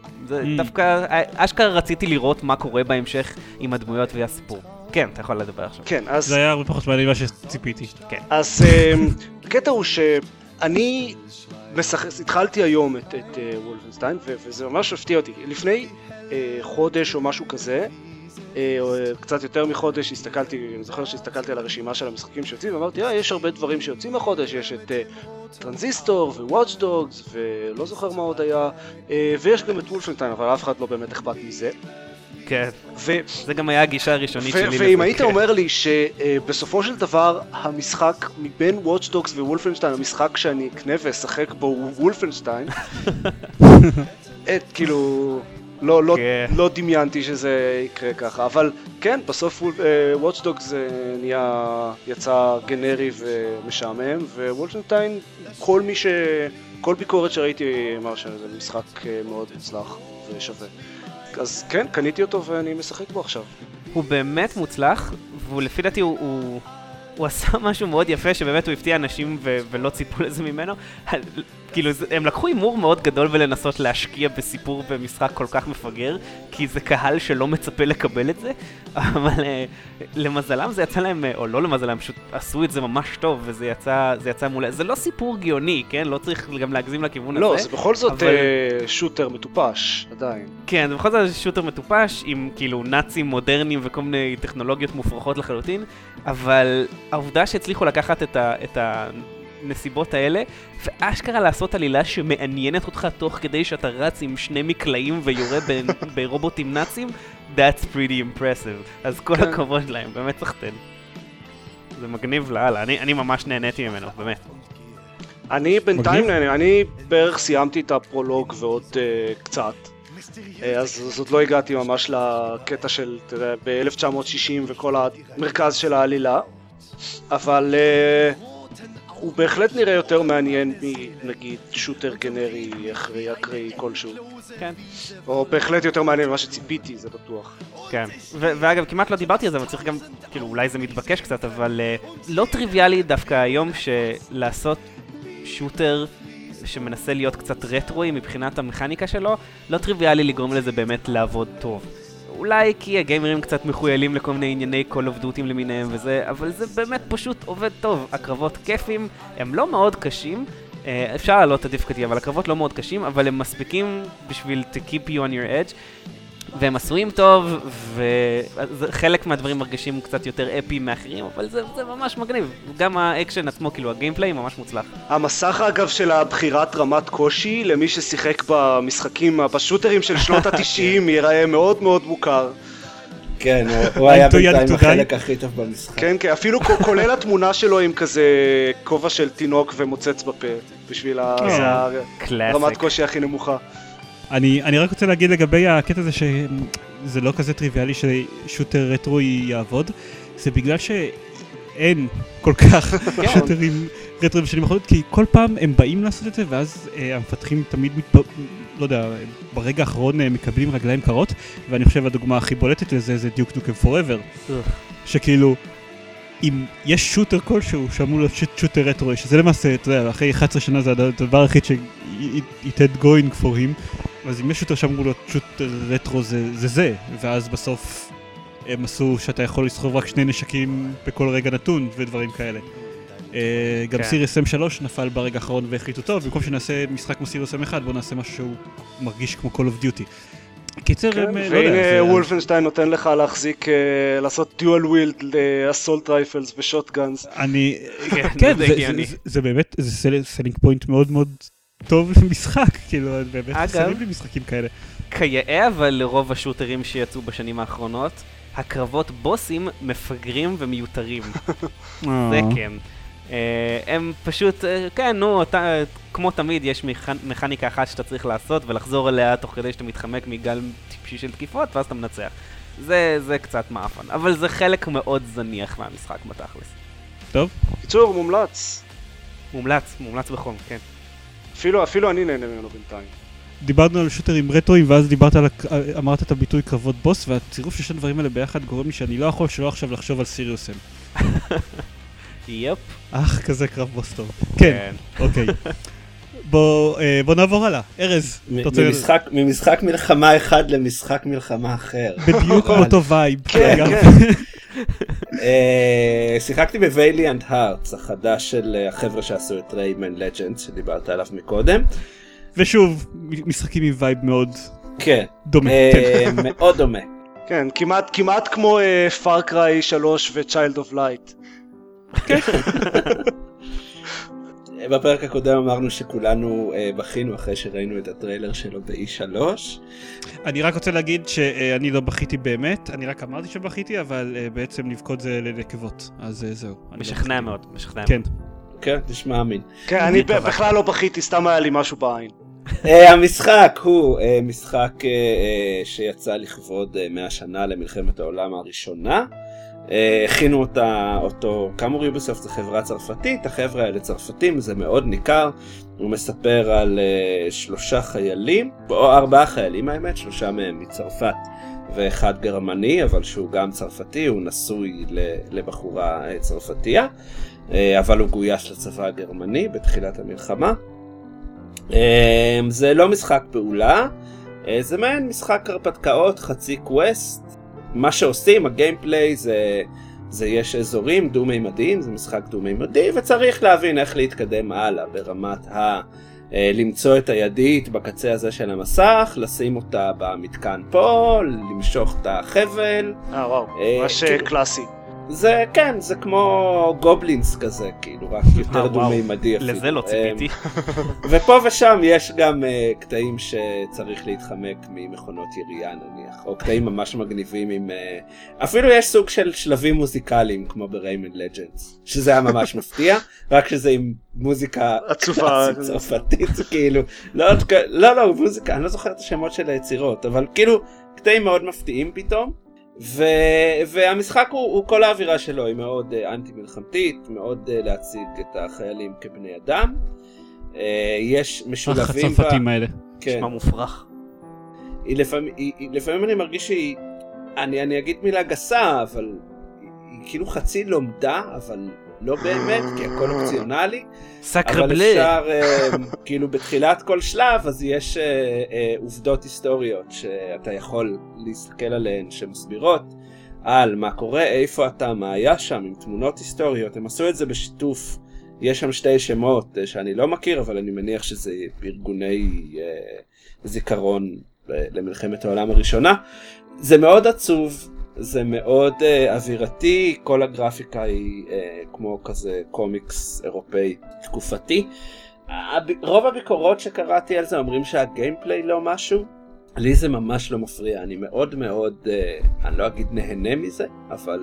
שדווקא אשכרה רציתי לראות מה קורה בהמשך עם הדמויות והסיפור. כן, אתה יכול לדבר עכשיו. כן, אז... זה היה הרבה פחות מעניין מה שציפיתי. כן. אז הקטע הוא שאני התחלתי היום את וולפנשטיין, וזה ממש הפתיע אותי. לפני חודש או משהו כזה, או קצת יותר מחודש, הסתכלתי, אני זוכר שהסתכלתי על הרשימה של המשחקים שיוצאים, ואמרתי, אה, יש הרבה דברים שיוצאים החודש, יש את טרנזיסטור ווואץ' דוגס, ולא זוכר מה עוד היה, ויש גם את וולפנשטיין, אבל אף אחד לא באמת אכפת מזה. כן, זה גם היה הגישה הראשונית שלי. ואם היית אומר לי שבסופו של דבר המשחק מבין וואץ' דוגס ווולפנשטיין, המשחק שאני אקנה ואשחק בו וולפנשטיין, את כאילו... לא, לא, כן. לא דמיינתי שזה יקרה ככה, אבל כן, בסוף Watch Dogs זה נהיה, יצא גנרי ומשעמם, ווולפנשטיין, כל מי ש... כל ביקורת שראיתי אמר שזה משחק מאוד מוצלח ושווה. אז כן, קניתי אותו ואני משחק בו עכשיו. הוא באמת מוצלח, והוא לפי דעתי הוא, הוא, הוא עשה משהו מאוד יפה, שבאמת הוא הפתיע אנשים ו- ולא ציפו לזה ממנו. כאילו, הם לקחו אימור מאוד גדול ולנסות להשקיע בסיפור במשחק כל כך מפגר, כי זה קהל שלא מצפה לקבל את זה, אבל למזלם זה יצא להם, או לא למזלם, פשוט עשו את זה ממש טוב, וזה יצא, זה יצא מולה. זה לא סיפור גאוני, כן? לא צריך גם להגזים לכיוון לא, הזה. זה בכל זאת אבל... uh, שוטר מטופש, עדיין. כן, זה בכל זאת שוטר מטופש, עם כאילו נאצים מודרניים וכל מיני טכנולוגיות מופרכות לחלוטין, אבל העובדה שהצליחו לקחת את ה... את ה... נסיבות האלה, ואשכרה לעשות עלילה שמעניינת אותך תוך כדי שאתה רץ עם שני מקלעים ויורה ברובוטים נאצים, that's pretty impressive. אז כל הכבוד להם, באמת סחטן. זה מגניב לאללה, אני, אני ממש נהניתי ממנו, באמת. אני בינתיים נהנה, אני בערך סיימתי את הפרולוג ועוד uh, קצת. Uh, אז, אז עוד לא הגעתי ממש לקטע של, אתה יודע, ב-אלף תשע מאות שישים וכל המרכז של העלילה. אבל... Uh, הוא בהחלט נראה יותר מעניין מנגיד שוטר גנרי אחרי אקראי כלשהו. כן. או בהחלט יותר מעניין ממה שציפיתי, זה בטוח. כן. ו- ואגב, כמעט לא דיברתי על זה, אבל צריך גם, כאילו אולי זה מתבקש קצת, אבל uh, לא טריוויאלי דווקא היום שלעשות שוטר שמנסה להיות קצת רטרואי מבחינת המכניקה שלו, לא טריוויאלי לגרום לזה באמת לעבוד טוב. אולי כי הגיימרים קצת מחוילים לכל מיני ענייני Call of Duty למיניהם וזה, אבל זה באמת פשוט עובד טוב. הקרבות כיפים, הם לא מאוד קשים, אפשר לעלות את הדיפקטי, אבל הקרבות לא מאוד קשים, אבל הם מספיקים בשביל to keep you on your edge, והם עשויים טוב, וחלק מהדברים מרגישים קצת יותר אפי מאחרים, אבל זה, זה ממש מגניב. גם האקשן עצמו, כאילו הגיימפליי ממש מוצלח. המסך אגב של הבחירת רמת קושי, למי ששיחק במשחקים, בשוטרים של שנות ה-תשעים, ייראה מאוד מאוד מוכר. כן, הוא היה בינתיים החלק הכי טוב במשחק. כן, כן, אפילו כולל התמונה שלו עם כזה כובע של תינוק ומוצץ בפה, בשביל הרמת קושי הכי נמוכה. אני, אני רק רוצה להגיד לגבי הקטע הזה שזה לא כזה טריוויאלי ששוטר רטרואי יעבוד, זה בגלל שאין כל כך שוטרים רטרואיים בשנים האחרונות, כי כל פעם הם באים לעשות את זה, ואז אה, המפתחים תמיד, מתפ... לא יודע, ברגע האחרון אה, מקבלים רגליים קרות, ואני חושב הדוגמה הכי בולטת לזה זה דיוק נוקם פוראבר, שכאילו, אם יש שוטר כלשהו שאמור להיות שוטר רטרואי, שזה למעשה, אתה יודע, אחרי אחת עשרה שנה זה הדבר היחיד ש-it had going for him, אז אם יש שוטר שאמור להיות שוטר רטרו זה, זה זה, ואז בסוף הם עשו שאתה יכול לסחוב רק שני נשקים בכל רגע נתון ודברים כאלה. גם סיריוס אם שלוש נפל ברגע האחרון והחליטו טוב, במקום שנעשה משחק כמו סיריוס אם אחד, בוא נעשה משהו שהוא מרגיש כמו Call of Duty. קיצר, והנה וולפנשטיין נותן לך להחזיק, לעשות דיואל ווילד לאסולט רייפלס ושוטגאנס. אני, כן, זה באמת, זה סלינג פוינט מאוד מאוד טוב למשחק, כאילו, באמת חסרים לי משחקים כאלה. כיאה, אבל לרוב השוטרים שיצאו בשנים האחרונות, הקרבות בוסים מפגרים ומיותרים. זה כן. הם פשוט, כן, נו, כמו תמיד יש מכניקה אחת שאתה צריך לעשות ולחזור אליה תוך כדי שאתה מתחמק מגל טיפשי של תקיפות ואז אתה מנצח. זה, זה קצת מאפן, אבל זה חלק מאוד זניח מהמשחק בתכלס. טוב. קיצור, מומלץ. מומלץ, מומלץ בחום, כן. אפילו, אפילו אני נהנה ממנו בינתיים. דיברנו על שוטרים רטרואים, ואז דיברת על, אמרת את הביטוי קרבות בוס, והצירוף של שני דברים האלה ביחד גורם לי שאני לא יכול שלא עכשיו לחשוב על סיריוס אם. יפ. אך, כזה קרב בוס טוב. כן, אוקיי. בוא, בוא נעבור הלאה. ארז, ממשחק, ממשחק מלחמה אחד למשחק מלחמה אחר. בדיוק באותו וייב. כן, כן. שיחקתי בוויליאנט הארטס, החדש של החבר'ה שעשו את ריימן לג'נדס, שדיברת עליו מקודם. ושוב, משחקים עם וייב מאוד דומה. מאוד דומה. כן, כמעט, כמעט כמו Far Cry שלוש ו-Child of Light. כן. בפרק הקודם אמרנו שכולנו בכינו אחרי שראינו את הטריילר שלו ב-אי שלוש. אני רק רוצה להגיד שאני לא בכיתי באמת, אני רק אמרתי שבכיתי, אבל בעצם לבכות זה לנקבות, אז זהו. משכנע מאוד, משכנע מאוד. כן, נשמע אמין. כן, אני בכלל לא בכיתי, סתם היה לי משהו בעין. המשחק הוא משחק שיצא לכבוד מאה שנה למלחמת העולם הראשונה. הכינו אותה, אותו, כאמור יוביסופט זה חברה צרפתית, החבר'ה האלה צרפתים, זה מאוד ניכר. הוא מספר על שלושה חיילים, או ארבעה חיילים האמת, שלושה מהם מצרפת ואחד גרמני, אבל שהוא גם צרפתי, הוא נשוי לבחורה צרפתייה, אבל הוא גויס לצבא הגרמני בתחילת המלחמה. זה לא משחק פעולה, זה מעין משחק הרפתקאות, חצי קווסט. מה שעושים, הגיימפליי זה, זה יש אזורים דו-מימדיים, זה משחק דו-מימדי, וצריך להבין איך להתקדם הלאה ברמת ה... למצוא את הידית בקצה הזה של המסך, לשים אותה במתקן פה, למשוך את החבל. אה וואו, ממש קלאסי. זה כן, זה כמו גובלינס כזה, כאילו רק יותר דו-מימדי אפילו. לזה לא ציפיתי. ופה ושם יש גם uh, קטעים שצריך להתחמק ממכונות ירייה נניח, או קטעים ממש מגניבים עם... Uh, אפילו יש סוג של שלבים מוזיקליים כמו בריימן לג'נדס, שזה היה ממש מפתיע, רק שזה עם מוזיקה עצובה צרפתית, כאילו, לא, לא, לא, מוזיקה, אני לא זוכר את השמות של היצירות, אבל כאילו קטעים מאוד מפתיעים פתאום. ו... והמשחק הוא, הוא כל האווירה שלו, היא מאוד uh, אנטי מלחמתית, מאוד uh, להציג את החיילים כבני אדם. Uh, יש משולבים... הצרפתים האלה. כן. נשמע מופרך. היא לפעמים, היא, היא, לפעמים אני מרגיש שהיא, אני, אני אגיד מילה גסה, אבל היא, היא כאילו חצי לומדה, אבל לא באמת, כי הכל אופציונלי. סקר אבל בלה. אפשר, uh, כאילו בתחילת כל שלב, אז יש uh, uh, עובדות היסטוריות שאתה יכול להסתכל עליהן, שמסבירות על מה קורה, איפה אתה, מה היה שם, עם תמונות היסטוריות. הם עשו את זה בשיתוף, יש שם שתי שמות uh, שאני לא מכיר, אבל אני מניח שזה ארגוני uh, זיכרון uh, למלחמת העולם הראשונה. זה מאוד עצוב. זה מאוד uh, אווירתי, כל הגרפיקה היא uh, כמו כזה קומיקס אירופאי תקופתי. הב... רוב הביקורות שקראתי על זה אומרים שהגיימפליי לא משהו. לי זה ממש לא מפריע, אני מאוד מאוד, uh, אני לא אגיד נהנה מזה, אבל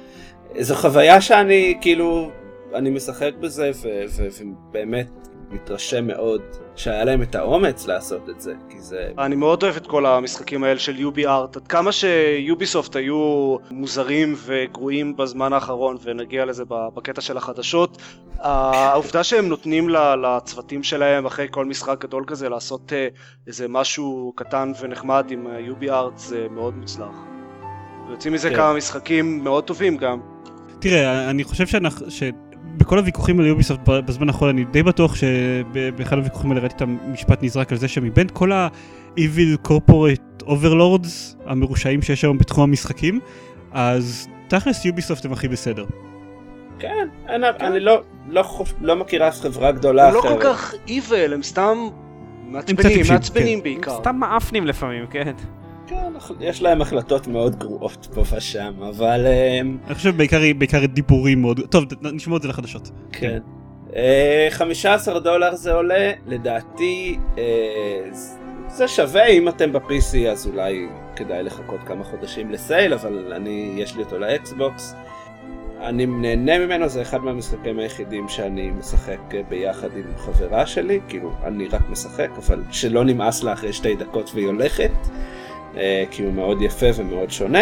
זו חוויה שאני כאילו, אני משחק בזה ו- ו- ובאמת מתרשם מאוד שהיה להם את האומץ לעשות את זה, כי זה... אני מאוד אוהב את כל המשחקים האלה של יובי ארט, עד כמה שיוביסופט היו מוזרים וגרועים בזמן האחרון, ונגיע לזה בקטע של החדשות, העובדה שהם נותנים לצוותים שלהם אחרי כל משחק גדול כזה לעשות איזה משהו קטן ונחמד עם יובי ארט זה מאוד מוצלח. ויוצאים מזה כמה משחקים מאוד טובים גם. תראה, אני חושב שאנחנו... בכל הוויכוחים על יוביסופט בזמן האחרון אני די בטוח שבאחד הוויכוחים האלה ראיתי את המשפט נזרק על זה שמבין כל ה-Evil Corporate Overlords המרושעים שיש היום בתחום המשחקים, אז תכלס יוביסופט הם הכי בסדר. כן, אני לא מכיר אף חברה גדולה אחרת. הם לא כל כך Evil, הם סתם מעצבנים, מעצבנים בעיקר. סתם מאפנים לפעמים, כן. כן, יש להם החלטות מאוד גרועות פה ושם, אבל... אני חושב בעיקר דיבורים מאוד... טוב, נשמע את זה לחדשות. כן. חמישה עשר דולר זה עולה, לדעתי זה שווה, אם אתם ב-פי סי אז אולי כדאי לחכות כמה חודשים לסייל, אבל אני, יש לי אותו לאקסבוקס. אני נהנה ממנו, זה אחד מהמשחקים היחידים שאני משחק ביחד עם חברה שלי, כאילו אני רק משחק, אבל שלא נמאס לה אחרי שתי דקות והיא הולכת. כי הוא מאוד יפה ומאוד שונה,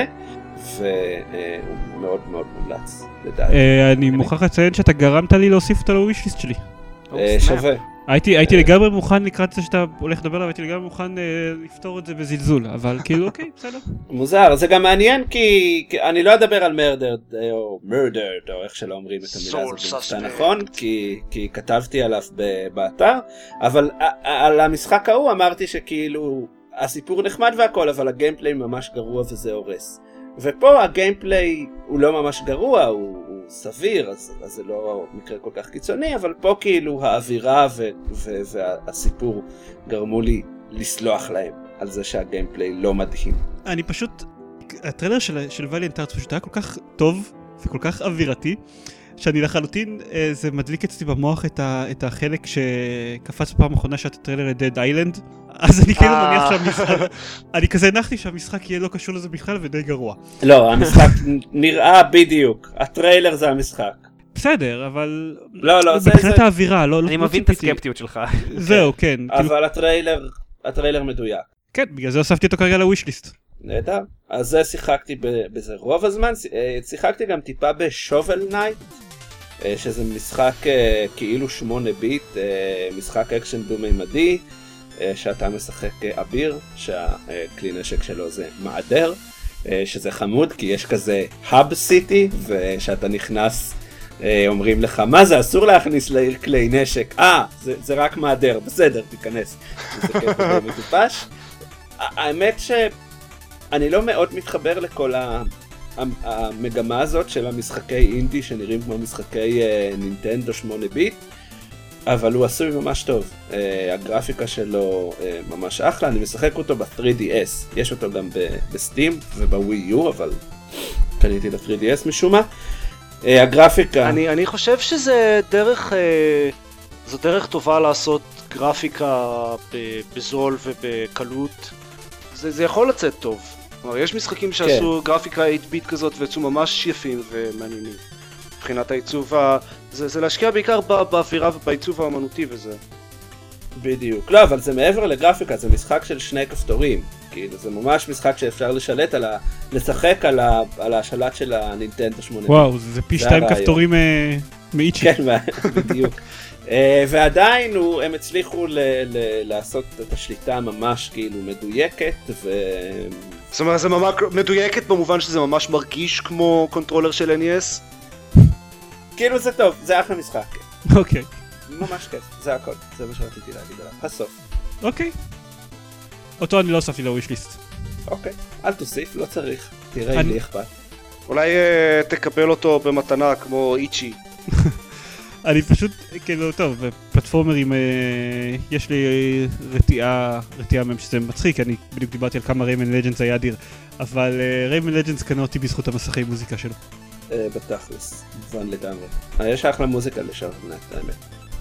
והוא מאוד מאוד מומלץ, לדעתי. אני מוכרח לציין שאתה גרמת לי להוסיף אותו לווישליסט שלי. שווה. הייתי לגמרי מוכן לקראת זה שאתה הולך לדבר עליו, הייתי לגמרי מוכן לפתור את זה בזלזול, אבל כאילו אוקיי, בסדר. מוזר, זה גם מעניין כי אני לא אדבר על מרדרד, או מרדרד, או איך שלא אומרים את המילה הזאת, זה נכון, כי כתבתי עליו באתר, אבל על המשחק ההוא אמרתי שכאילו... הסיפור נחמד והכל, אבל הגיימפליי ממש גרוע וזה הורס. ופה הגיימפליי הוא לא ממש גרוע, הוא, הוא סביר, אז, אז זה לא מקרה כל כך קיצוני, אבל פה כאילו האווירה ו, ו, והסיפור גרמו לי לסלוח להם על זה שהגיימפליי לא מדהים. אני פשוט, הטריילר של, של Valiant Arts פשוט היה כל כך טוב וכל כך אווירתי, שאני לחלוטין, זה מדליק אצלי במוח את, ה, את החלק שקפץ פעם האחרונה שאת הטריילר לדד איילנד, אז אני כאילו מניח שהמשחק, אני כזה הנחתי שהמשחק יהיה לא קשור לזה בכלל ודי גרוע. לא, המשחק נראה בדיוק, הטריילר זה המשחק. בסדר, אבל... לא, לא, זה... מבחינת האווירה, לא... אני מבין את הסקפטיות שלך. זהו, כן. אבל הטריילר, הטריילר מדויק. כן, בגלל זה הוספתי אותו כרגע לווישליסט. נהדר. אז זה שיחקתי בזה רוב הזמן. שיחקתי גם טיפה בשובל נייט, שזה משחק כאילו שמונה ביט, משחק אקשן דו-מימדי, שאתה משחק אביר, שהכלי נשק שלו זה מעדר, שזה חמוד כי יש כזה האב סיטי, ושאתה נכנס אומרים לך מה זה, אסור להכניס לעיר כלי נשק, אה זה, זה רק מעדר, בסדר תיכנס. זה כיף מטופש. האמת שאני לא מאוד מתחבר לכל ה... המגמה הזאת של המשחקי אינדי שנראים כמו משחקי נינטנדו שמונה ביט, אבל הוא עשוי ממש טוב. הגרפיקה שלו ממש אחלה, אני משחק אותו ב-תרי די אס, יש אותו גם בסטים ובווי יו, אבל קניתי ל-תרי די אס משום מה. הגרפיקה... אני, אני חושב שזה דרך, זו דרך טובה לעשות גרפיקה בזול ובקלות, זה, זה יכול לצאת טוב. כלומר, יש משחקים שעשו כן. גרפיקה שמונה ביט כזאת ויצאו ממש יפים ומעניינים. מבחינת העיצוב, ה... זה, זה להשקיע בעיקר בא, באווירה ובעיצוב האמנותי וזה. בדיוק. לא, אבל זה מעבר לגרפיקה, זה משחק של שני כפתורים. כאילו, זה ממש משחק שאפשר לשלט על ה... לשחק על, ה... על השלט של הנינטנדו שמונה ביט. וואו, זה, זה פי שתיים כפתורים אה, מאיצ'י. כן, בדיוק. ועדיין הוא, הם הצליחו ל, ל, לעשות את השליטה ממש כאילו מדויקת ו... זאת אומרת, זה ממש מדויקת במובן שזה ממש מרגיש כמו קונטרולר של אן אי אס? כאילו זה טוב, זה אחלה משחק. אוקיי. ממש כיף, זה הכל, זה מה שרציתי להגיד עליו, הסוף. אוקיי. אותו אני לא הוספתי לווישליסט. אוקיי, אל תוסיף, לא צריך, תראה אם לי אכפת. אולי תקבל אותו במתנה כמו איצ'י. אני פשוט, כאילו, טוב, פלטפורמרים, יש לי רתיעה, רתיעה מהם שזה מצחיק, אני בדיוק דיברתי על כמה ריימן לג'נדס היה אדיר, אבל ריימן לג'נדס קנה אותי בזכות המסכי מוזיקה שלו. בתכלס, מובן לגמרי. יש אחלה מוזיקה לשם, האמת.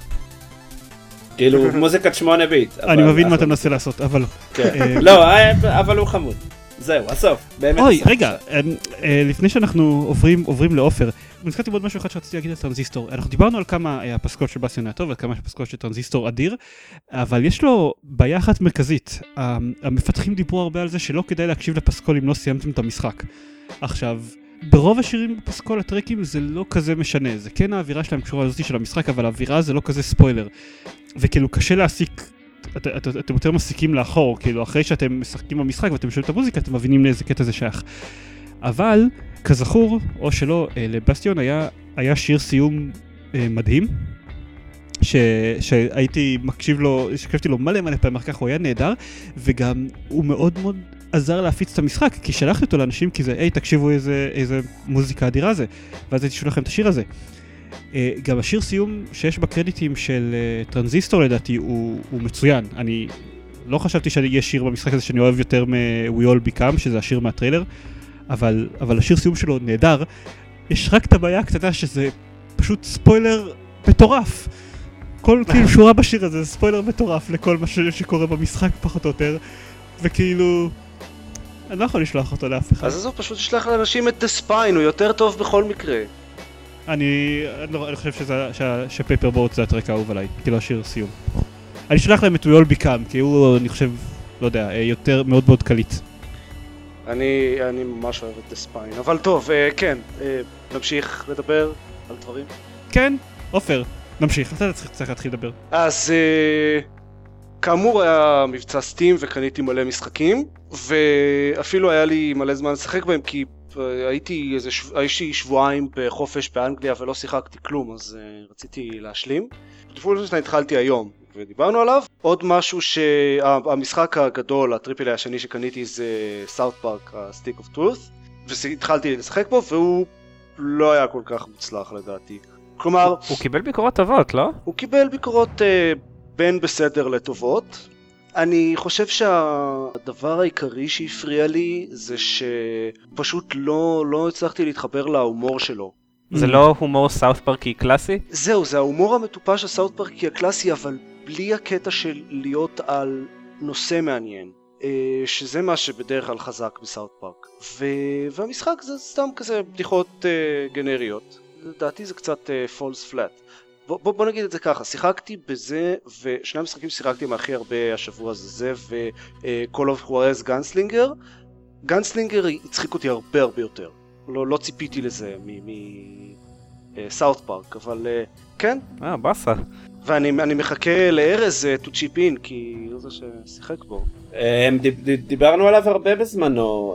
כאילו, מוזיקת שמונה ביט. אני מבין מה אתה מנסה לעשות, אבל לא. לא, אבל הוא חמוד. זהו, הסוף, באמת. אוי, רגע, לפני שאנחנו עוברים לאופר, נזכרתי בעוד משהו אחד שרציתי להגיד על טרנזיסטור. אנחנו דיברנו על כמה הפסקול של בסטיון היה טוב, ועל כמה הפסקול של טרנזיסטור אדיר, אבל יש לו בעיה אחת מרכזית. המפתחים דיברו הרבה על זה שלא כדאי להקשיב לפסקול אם לא סיימתם את המשחק. עכשיו, ברוב השירים בפסקול הטרקים זה לא כזה משנה, זה כן האווירה שלהם קשורה לזאתי של המשחק, אבל האווירה זה לא כזה ספוילר. וכאילו קשה להסיק, את, את, את, אתם יותר מסיקים לאחור, כאילו אחרי שאתם משחקים במשחק ואתם שומעים את המוזיקה, אתם מבינים לאיזה קטע זה שייך. אבל, כזכור, או שלא, לבסטיון היה, היה שיר סיום אה, מדהים, ש, שהייתי מקשיב לו, שקשבתי לו מלא מלא פעמים, כך הוא היה נהדר, וגם הוא מאוד מאוד עזר להפיץ את המשחק, כי שלחתי אותו לאנשים, כי זה, היי, תקשיבו איזה, איזה מוזיקה אדירה זה, ואז הייתי שולח לכם את השיר הזה. Uh, גם השיר סיום שיש בקרדיטים של uh, טרנזיסטור לדעתי הוא, הוא מצוין. אני לא חשבתי שיש שיר במשחק הזה שאני אוהב יותר מ-We All Become, שזה השיר מהטריילר, אבל, אבל השיר סיום שלו נהדר. יש רק את הבעיה הקטנה שזה פשוט ספוילר מטורף. כל כאילו שורה בשיר הזה זה ספוילר מטורף לכל מה שקורה במשחק פחות או יותר, וכאילו אני לא יכול לשלוח אותו לאף אחד. אז זו פשוט תשלח לאנשים את The Spine, הוא יותר טוב בכל מקרה. אני, אני, לא, אני חושב שזה, שפייפרבוט זה הטרק האהוב עליי, כאילו השיר סיום. אני שלח להם את We All Become, כי הוא, אני חושב, לא יודע, יותר מאוד מאוד קליט. אני, אני ממש אוהב את The Spine, אבל טוב, כן, נמשיך לדבר על דברים. כן, אופר, נמשיך, אתה צריך, צריך להתחיל לדבר. אז כאמור היה מבצע סטים וקניתי מלא משחקים, ואפילו היה לי מלא זמן לשחק בהם, כי הייתי איזה שב... הייתי שבועיים בחופש באנגליה ולא שיחקתי כלום, אז uh, רציתי להשלים. וולפנשטיין התחלתי היום ודיברנו עליו. עוד משהו שהמשחק הגדול, הטריפל איי השני שקניתי זה סאות' פארק, הסטיק אוף טרוס, והתחלתי לשחק בו והוא לא היה כל כך מוצלח לדעתי. כלומר... הוא, הוא קיבל ביקורות טובות, לא? הוא קיבל ביקורות uh, בין בסדר לטובות. אני חושב שהדבר העיקרי שהפריע לי זה שפשוט לא, לא הצלחתי להתחבר להומור שלו. זה לא הומור סאות' פארקי קלאסי? זהו, זה ההומור המטופש של סאות' פארקי הקלאסי, אבל בלי הקטע של להיות על נושא מעניין. שזה מה שבדרך כלל חזק בסאות' פארק. ו... והמשחק זה סתם כזה בדיחות גנריות. לדעתי זה קצת uh, false flat. בוא, בוא, בוא נגיד את זה ככה, שיחקתי בזה, ושני המשחקים ששיחקתי עם הכי הרבה השבוע הזה, זה ו-Call of Juarez Gunslinger. Gunslinger הצחיק אותי הרבה הרבה יותר. לא, לא ציפיתי לזה מ-South Park, אבל uh, כן. אה, בסה. ואני אני מחכה לארז to chip in, כי הוא זה ששיחק בו. דיברנו עליו הרבה בזמנו.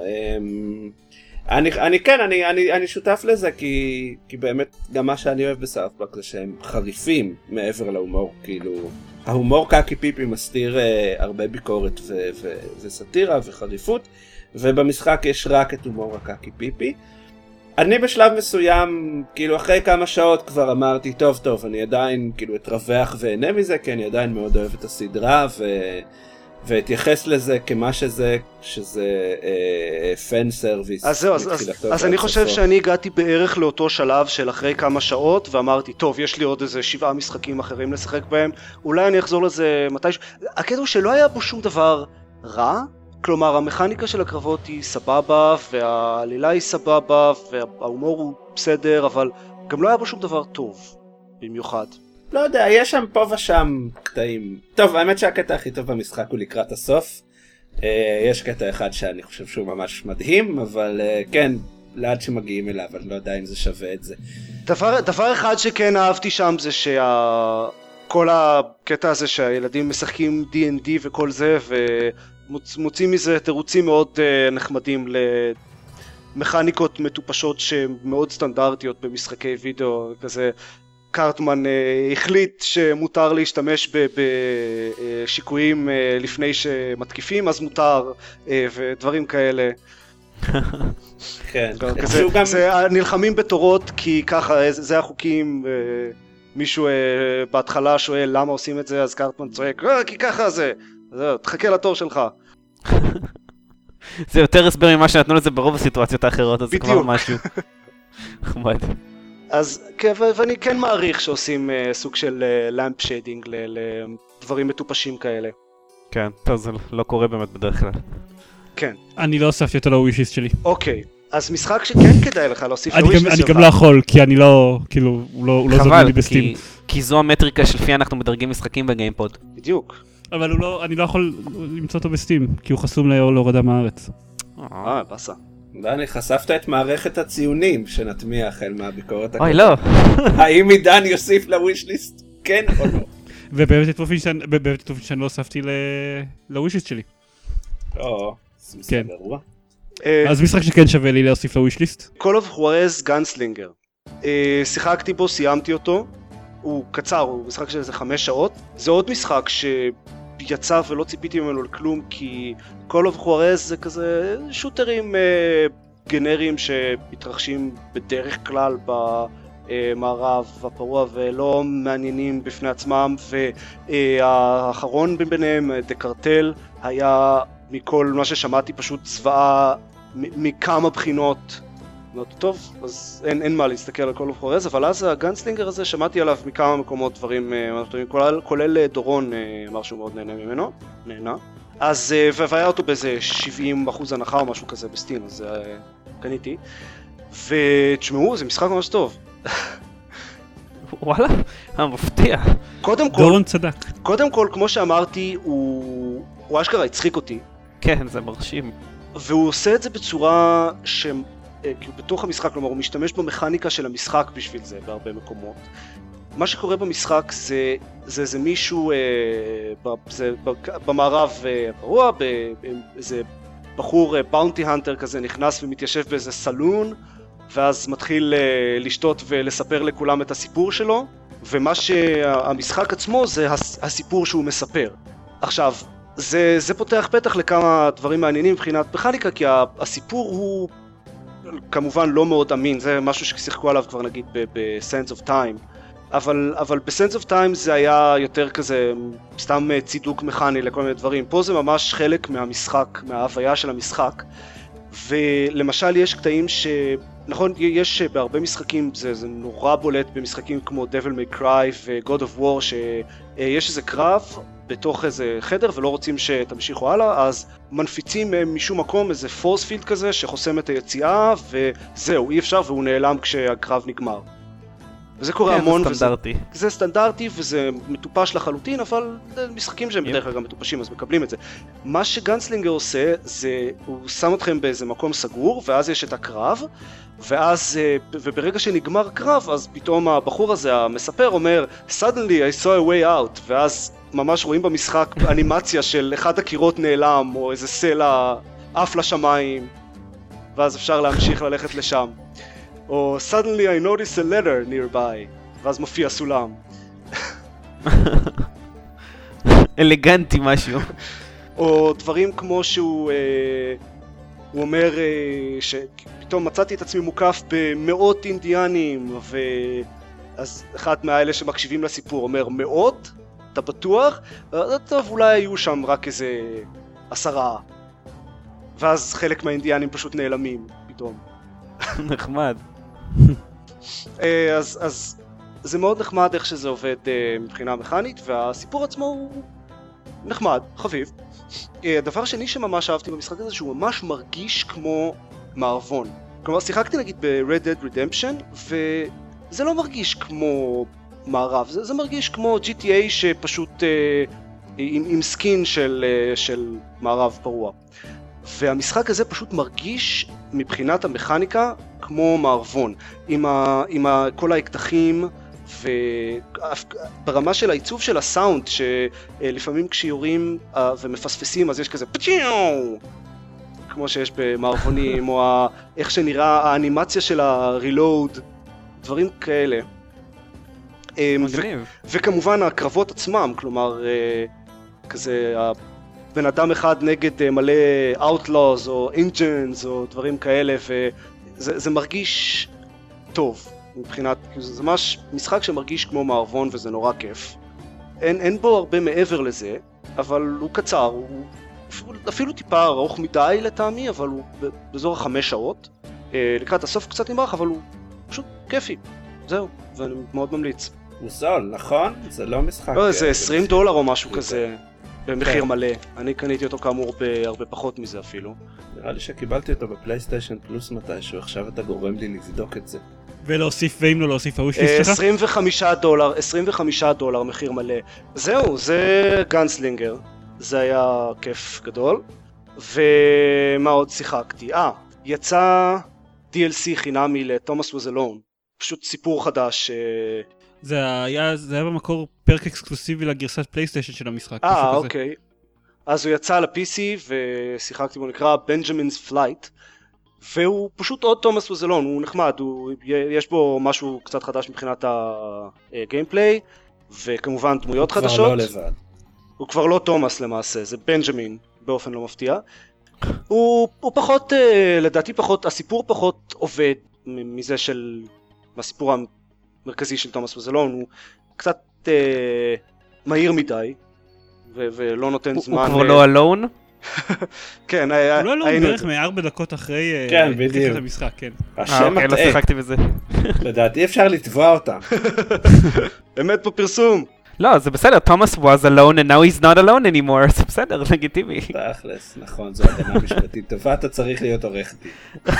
אני, אני כן, אני, אני, אני שותף לזה, כי, כי באמת גם מה שאני אוהב בסאוף פארק זה שהם חריפים מעבר להומור, כאילו, ההומור קאקי פיפי מסתיר אה, הרבה ביקורת ו, ו, וסטירה וחריפות, ובמשחק יש רק את הומור הקאקי פיפי. אני בשלב מסוים, כאילו אחרי כמה שעות כבר אמרתי, טוב טוב, אני עדיין כאילו אתרווח ואהנה מזה, כי אני עדיין מאוד אוהב את הסדרה, ו... והתייחס לזה כמה שזה, שזה אה, פן סרוויס. אז זהו, אז, אז, אז אני חושב סופו. שאני הגעתי בערך לאותו שלב של אחרי כמה שעות, ואמרתי, טוב, יש לי עוד איזה שבעה משחקים אחרים לשחק בהם, אולי אני אחזור לזה מתישהו. הקטע הוא שלא היה בו שום דבר רע, כלומר, המכניקה של הקרבות היא סבבה, והעלילה היא סבבה, וההומור הוא בסדר, אבל גם לא היה בו שום דבר טוב, במיוחד. לא יודע, יש שם פה ושם קטעים. טוב, האמת שהקטע הכי טוב במשחק הוא לקראת הסוף. יש קטע אחד שאני חושב שהוא ממש מדהים, אבל כן, לאט שמגיעים אליו, אני לא יודע אם זה שווה את זה. דבר, דבר אחד שכן אהבתי שם זה שכל הקטע הזה שהילדים משחקים די אנד די וכל זה, ומוצאים מזה תירוצים מאוד נחמדים למכניקות מטופשות שמאוד סטנדרטיות במשחקי וידאו, כזה קארטמן החליט שמותר להשתמש בשיקויים לפני שמתקיפים, אז מותר, ודברים כאלה. כן. זה נלחמים בתורות, כי ככה, זה החוקים, מישהו בהתחלה שואל למה עושים את זה, אז קארטמן צועק, כי ככה זה, תחכה לתור שלך. זה יותר הסבר ממה שנתנו לזה ברוב הסיטואציות האחרות, אז זה כבר משהו. חמוד. אז ואני כן מעריך שעושים סוג של למפ שיידינג לדברים מטופשים כאלה. כן, טוב, זה לא קורה באמת בדרך כלל. כן. אני לא הוספתי אותו לווישיסט שלי. אוקיי, אז משחק שכן כדאי לך להוסיף לווישיסט שלך. אני גם לא יכול, כי אני לא, כאילו, הוא לא זורם לי בסטים. כי זו המטריקה שלפי אנחנו מדרגים משחקים בגיימפוד. בדיוק. אבל אני לא יכול למצוא אותו בסטים, כי הוא חסום להורדה מהארץ. אה, בסה. דני, חשפת את מערכת הציונים שנטמיע החל מהביקורת הקודמת. אוי, לא. האם עידן יוסיף לווישליסט? כן או לא? ובאמת את וולפנשטיין לא הוספתי לווישליסט שלי. או, זה משחק גרוע. אז משחק שכן שווה לי להוסיף לווישליסט? Call of Juarez Gunslinger. שיחקתי בו, סיימתי אותו. הוא קצר, הוא משחק של איזה חמש שעות. זה עוד משחק שיצא ולא ציפיתי ממנו לכלום, כי Call of Juarez זה כזה שוטרים גנריים שמתרחשים בדרך כלל במערב הפרוע ולא מעניינים בפני עצמם, והאחרון ביניהם, דקרטל, היה מכל מה ששמעתי פשוט צבאה מכמה בחינות. מאוד טוב, אז אין, אין מה להסתכל על Call of Juarez, אבל אז הגנסלינגר הזה שמעתי עליו מכמה מקומות דברים, כולל, כולל דורון אמר שהוא מאוד נהנה ממנו, נהנה. אז, והיה אותו באיזה שבעים אחוז הנחה או משהו כזה בסטים, אז קניתי. ותשמעו, זה משחק ממש טוב. וואלה, המפתיע. קודם כל, דורון צדק. קודם כל, כמו שאמרתי, הוא, הוא אשכרה הצחיק אותי. כן, זה מרשים. והוא עושה את זה בצורה ש... בתוך המשחק, כלומר הוא משתמש במכניקה של המשחק בשביל זה בהרבה מקומות. מה שקורה במשחק זה זה, זה מישהו אה, זה, במערב פרוע, איזה בחור באונטי הנטר כזה נכנס ומתיישב באיזה סלון, ואז מתחיל אה, לשתות ולספר לכולם את הסיפור שלו, ומה שהמשחק עצמו זה הסיפור שהוא מספר. עכשיו, זה, זה פותח פתח לכמה דברים מעניינים מבחינת מכניקה, כי הסיפור הוא כמובן לא מאוד אמין, זה משהו ששיחקו עליו כבר נגיד ב-Sands of Time, אבל, אבל ב-Sands of Time זה היה יותר כזה סתם צידוק מכני לכל מיני דברים. פה זה ממש חלק מהמשחק, מההוויה של המשחק, ולמשל יש קטעים ש... נכון, יש בהרבה משחקים, זה, זה נורא בולט במשחקים כמו Devil May Cry ו-God of War, שיש איזה קרב בתוך איזה חדר ולא רוצים שתמשיכו הלאה, אז מנפיצים משום מקום איזה פורס פילד כזה שחוסם את היציאה, וזהו, אי אפשר, והוא נעלם כשהקרב נגמר. וזה קורה כן, המון, זה וזה, סטנדרטי. זה סטנדרטי וזה מטופש לחלוטין, אבל זה משחקים שהם בדרך כלל גם מטופשים, אז מקבלים את זה. מה שגנסלינגר עושה, זה הוא שם אתכם באיזה מקום סגור, ואז יש את הקרב, ואז, וברגע שנגמר קרב, אז פתאום הבחור הזה, המספר, אומר, suddenly I saw a way out, ואז ממש רואים במשחק אנימציה של אחד הקירות נעלם, או איזה סלע עף לשמיים, ואז אפשר להמשיך ללכת לשם. או suddenly I noticed a letter nearby, ואז מופיע סולם. אלגנטי משהו. או דברים כמו שהוא, אה, הוא אומר אה, שפתאום מצאתי את עצמי מוקף במאות אינדיאנים, ואז אחד מהאלה שמקשיבים לסיפור אומר, מאות? אתה בטוח? טוב, אולי היו שם רק איזה עשרה. ואז חלק מהאינדיאנים פשוט נעלמים פתאום. נחמד. אז, אז זה מאוד נחמד איך שזה עובד מבחינה מכנית, והסיפור עצמו הוא נחמד, חביב. הדבר שני שממש אהבתי במשחק הזה, שהוא ממש מרגיש כמו מערבון. כלומר, שיחקתי נגיד ב-Red Dead Redemption, וזה לא מרגיש כמו מערב, זה, זה מרגיש כמו ג'י טי איי שפשוט אה, עם, עם סקין של, אה, של מערב פרוע. והמשחק הזה פשוט מרגיש מבחינת המכניקה כמו מערבון, עם, ה, עם ה, כל האקדחים, וברמה של העיצוב של הסאונד, שלפעמים כשיורים ומפספסים אז יש כזה פצ'יו, כמו שיש במערבונים, או ה, איך שנראה האנימציה של הרילוד, דברים כאלה. מגניב. ו- וכמובן הקרבות עצמם, כלומר כזה בן אדם אחד נגד מלא Outlaws או Engines או דברים כאלה, וזה זה מרגיש טוב מבחינת, זה ממש משחק שמרגיש כמו מערבון וזה נורא כיף. אין, אין בו הרבה מעבר לזה, אבל הוא קצר, הוא אפילו טיפה ארוך מדי לטעמי, אבל הוא באזור החמש שעות. לקראת הסוף קצת נמרח, אבל הוא פשוט כיפי. זהו, ואני מאוד ממליץ. הוא זול, נכון? זה לא משחק... לא, זה עשרים דולר או משהו כזה, במחיר מלא. אני קניתי אותו כאמור בהרבה פחות מזה אפילו. נראה לי שקיבלתי אותו בפלייסטיישן פלוס מתישהו, עכשיו אתה גורם לי לבדוק את זה. ולהוסיף, ואם לא להוסיף, ההוא שלי שלך? עשרים וחמישה דולר, עשרים וחמישה דולר מחיר מלא. זהו, זה גנסלינגר. זה היה כיף גדול. ומה עוד שיחקתי? אה, יצא די אל סי חינמי לתומאס ווז אלון. פשוט סיפור חדש. זה היה, זה היה במקור פרק אקסקלוסיבי לגרסת פלייסטיישן של המשחק. אה, אוקיי. אז הוא יצא ל-פי סי ושיחקתי בו, נקרא Benjamin's Flight. והוא פשוט עוד תומאס ווז אלון, הוא נחמד, הוא, יש בו משהו קצת חדש מבחינת הגיימפליי, וכמובן דמויות הוא חדשות. כבר לא לבד. הוא כבר לא תומאס למעשה, זה בנג'מין באופן לא מפתיע. הוא, הוא פחות, לדעתי פחות, הסיפור פחות עובד מזה של, מהסיפור המרכזי של תומאס ווז אלון, הוא קצת אה, מהיר מדי, ו- ולא נותן הוא, זמן. הוא כבר לא אלון? כן, הוא לא אלון בערך מארבע דקות אחרי כן, בדיוק. המשחק, כן. השם אוקיי, לא מטעה. שיחקתי בזה. לדעתי אפשר לתבוע אותם. באמת בפרסום. לא, זה בסדר, תומאס was alone and now he's not alone anymore, זה בסדר, לגיטימי. תכלס, נכון, זו הגנה משפטית טובה, אתה צריך להיות עורך דין.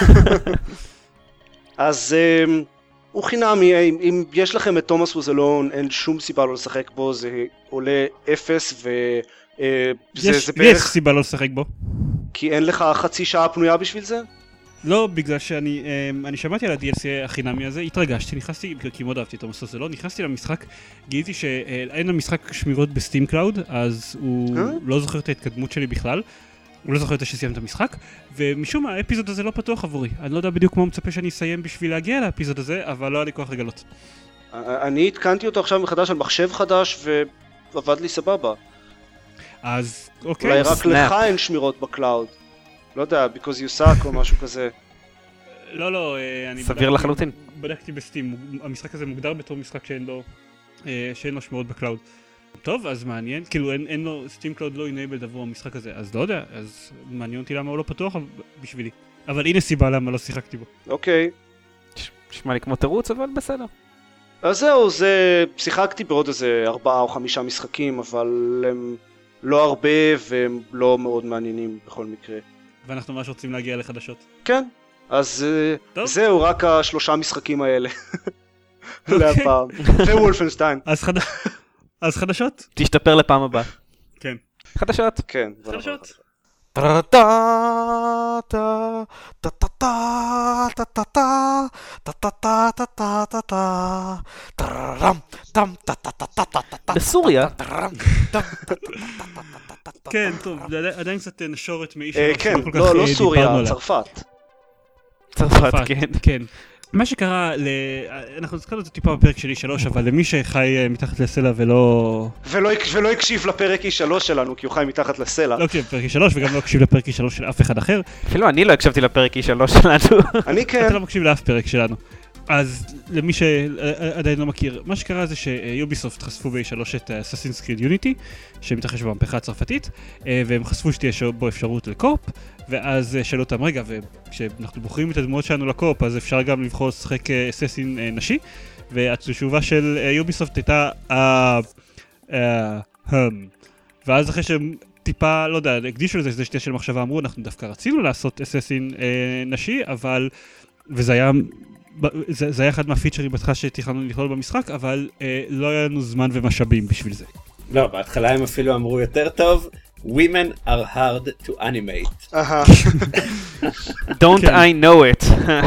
אז הוא חינמי, אם יש לכם את תומאס ווז אלון, אין שום סיבה לא לשחק בו, זה עולה אפס ו... יש יש סיבה לא לשחק בו. כי אין לך חצי שעה פנויה בשביל זה? לא, בגלל שאני אני שמעתי על ה-די אל סי החינמי הזה, התרגשתי, נכנסתי, כי מאוד אהבתי את תומאס ווז אלון, נכנסתי למשחק, גיליתי שאין למשחק שמירות בסטים קלאוד, אז הוא לא זוכר את ההתקדמות שלי בכלל, הוא לא זוכר את שסיים את המשחק, ומשום מה האפיזוד הזה לא פתוח עבורי, אני לא יודע בדיוק מה הוא מצפה שאני אסיים בשביל להגיע לאפיזוד הזה, אבל לא היה לי כוח לגלות. אני התקנתי אותו עכשיו מחדש על מחשב חדש, ועבד לי סבבה. אז אוקיי. אולי רק לך אין שמירות בקלאוד. לא יודע, because you suck או משהו כזה. לא, לא, אני סביר לחלוטין. בדקתי בסטים, המשחק הזה מוגדר בתור משחק שאין לו, שאין לו שמירות בקלאוד. טוב, אז מעניין, כאילו אין, אין לו, סטים קלאוד לא אינייבלד עבור המשחק הזה, אז לא יודע, אז מעניין אותי למה הוא לא פתוח בשבילי. אבל הנה סיבה למה לא שיחקתי בו. אוקיי. נשמע לי כמו תירוץ, אבל בסדר. אז זהו, זה, שיחקתי בעוד איזה ארבעה או חמישה משחקים, אבל הם לא הרבה והם לא מאוד מעניינים בכל מקרה. ואנחנו ממש רוצים להגיע לחדשות. כן, אז טוב. זהו, רק השלושה משחקים האלה. להפעם. ווולפנשטיין. אז חדשות? תשתפר לפעם הבאה. כן. חדשות. כן. חדשות. בסוריה. כן, טוב, עדיין קצת נשורת מאיש כן, לא, לא סוריה, צרפת. צרפת, כן. כן. מה שקרה, אנחנו הזכרנו את זה טיפה בפרק של אי שלוש, אבל למי שחי מתחת לסלע ולא... ולא הקשיב לפרק אי שלוש שלנו, כי הוא חי מתחת לסלע. לא הקשיב לפרק אי שלוש, וגם לא הקשיב לפרק אי שלוש של אף אחד אחר. אפילו אני לא הקשבתי לפרק אי שלוש שלנו. אני כן. אתה לא מקשיב לאף פרק שלנו. אז למי שעדיין לא מכיר, מה שקרה זה שיוביסופט חשפו ב-אי שלוש את Assassin's Creed Unity, שמתרחש במהפכה הצרפתית, והם חשפו שתהיה בו אפשרות לקורפ, ואז שאלו אותם, רגע, וכשאנחנו בוחרים את הדמויות שלנו לקורפ, אז אפשר גם לבחור לשחק אססין נשי, והתשובה של יוביסופט הייתה, ואז אחרי שהם טיפה, לא יודע, הקדישו לזה, זה שתהיה של מחשבה, אמרו, אנחנו דווקא רצינו לעשות אססין נשי, אבל, וזה היה... זה, זה היה אחד מהפיצ'רים בהתחלה שתכננו לכלול במשחק, אבל אה, לא היה לנו זמן ומשאבים בשביל זה. לא, בהתחלה הם אפילו אמרו יותר טוב, Women are hard to animate. Don't I know it.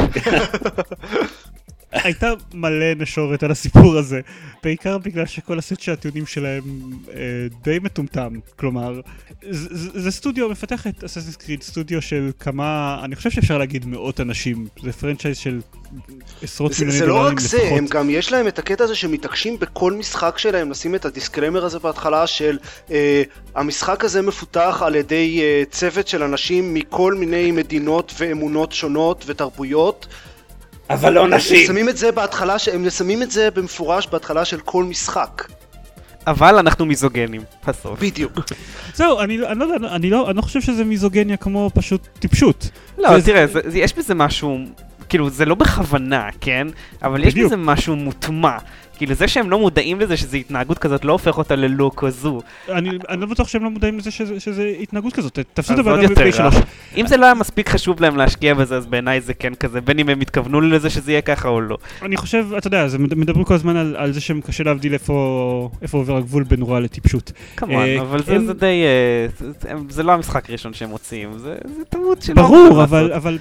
הייתה מלא נשורת על הסיפור הזה, בעיקר בגלל שכל הסט של הטיעונים שלהם אה, די מטומטם, כלומר, זה, זה סטודיו מפתח את Assassin's Creed, סטודיו של כמה, אני חושב שאפשר להגיד מאות אנשים, זה פרנצ'ייז של עשרות מיליוני דולרים לפחות. זה לא רק זה, הם גם יש להם את הקטע הזה שמתעקשים בכל משחק שלהם, לשים את הדיסקלמר הזה בהתחלה של אה, המשחק הזה מפותח על ידי אה, צוות של אנשים מכל מיני מדינות ואמונות שונות ותרבויות, אבל לא נשים. הם שמים את זה בהתחלה, הם שמים את זה במפורש בהתחלה של כל משחק. אבל אנחנו מיזוגנים, בסוף. בדיוק. זהו, אני, אני, לא, אני, לא, אני לא חושב שזה מיזוגניה כמו פשוט טיפשות. לא, וזה... תראה, זה, זה, יש בזה משהו, כאילו זה לא בכוונה, כן? אבל בדיוק. יש בזה משהו מוטמע. כאילו זה שהם לא מודעים לזה שזו התנהגות כזאת לא הופך אותה ללא כזו. אני, אני לא בטוח שהם לא מודעים לזה שזה, שזה התנהגות כזאת. תפסו את הבעיה בפי שלוש. אם זה לא היה מספיק חשוב להם להשקיע בזה, אז בעיניי זה כן כזה, בין אם הם התכוונו לזה שזה יהיה ככה או לא. אני חושב, אתה יודע, זה מדברים כל הזמן על, על זה שהם קשה להבדיל איפה, איפה עובר הגבול בין נורא לטיפשות. כמובן, אבל זה, הם... זה די, זה, זה לא המשחק הראשון שהם מוצאים, זה, זה תמות שלא. ברור, אבל, אבל...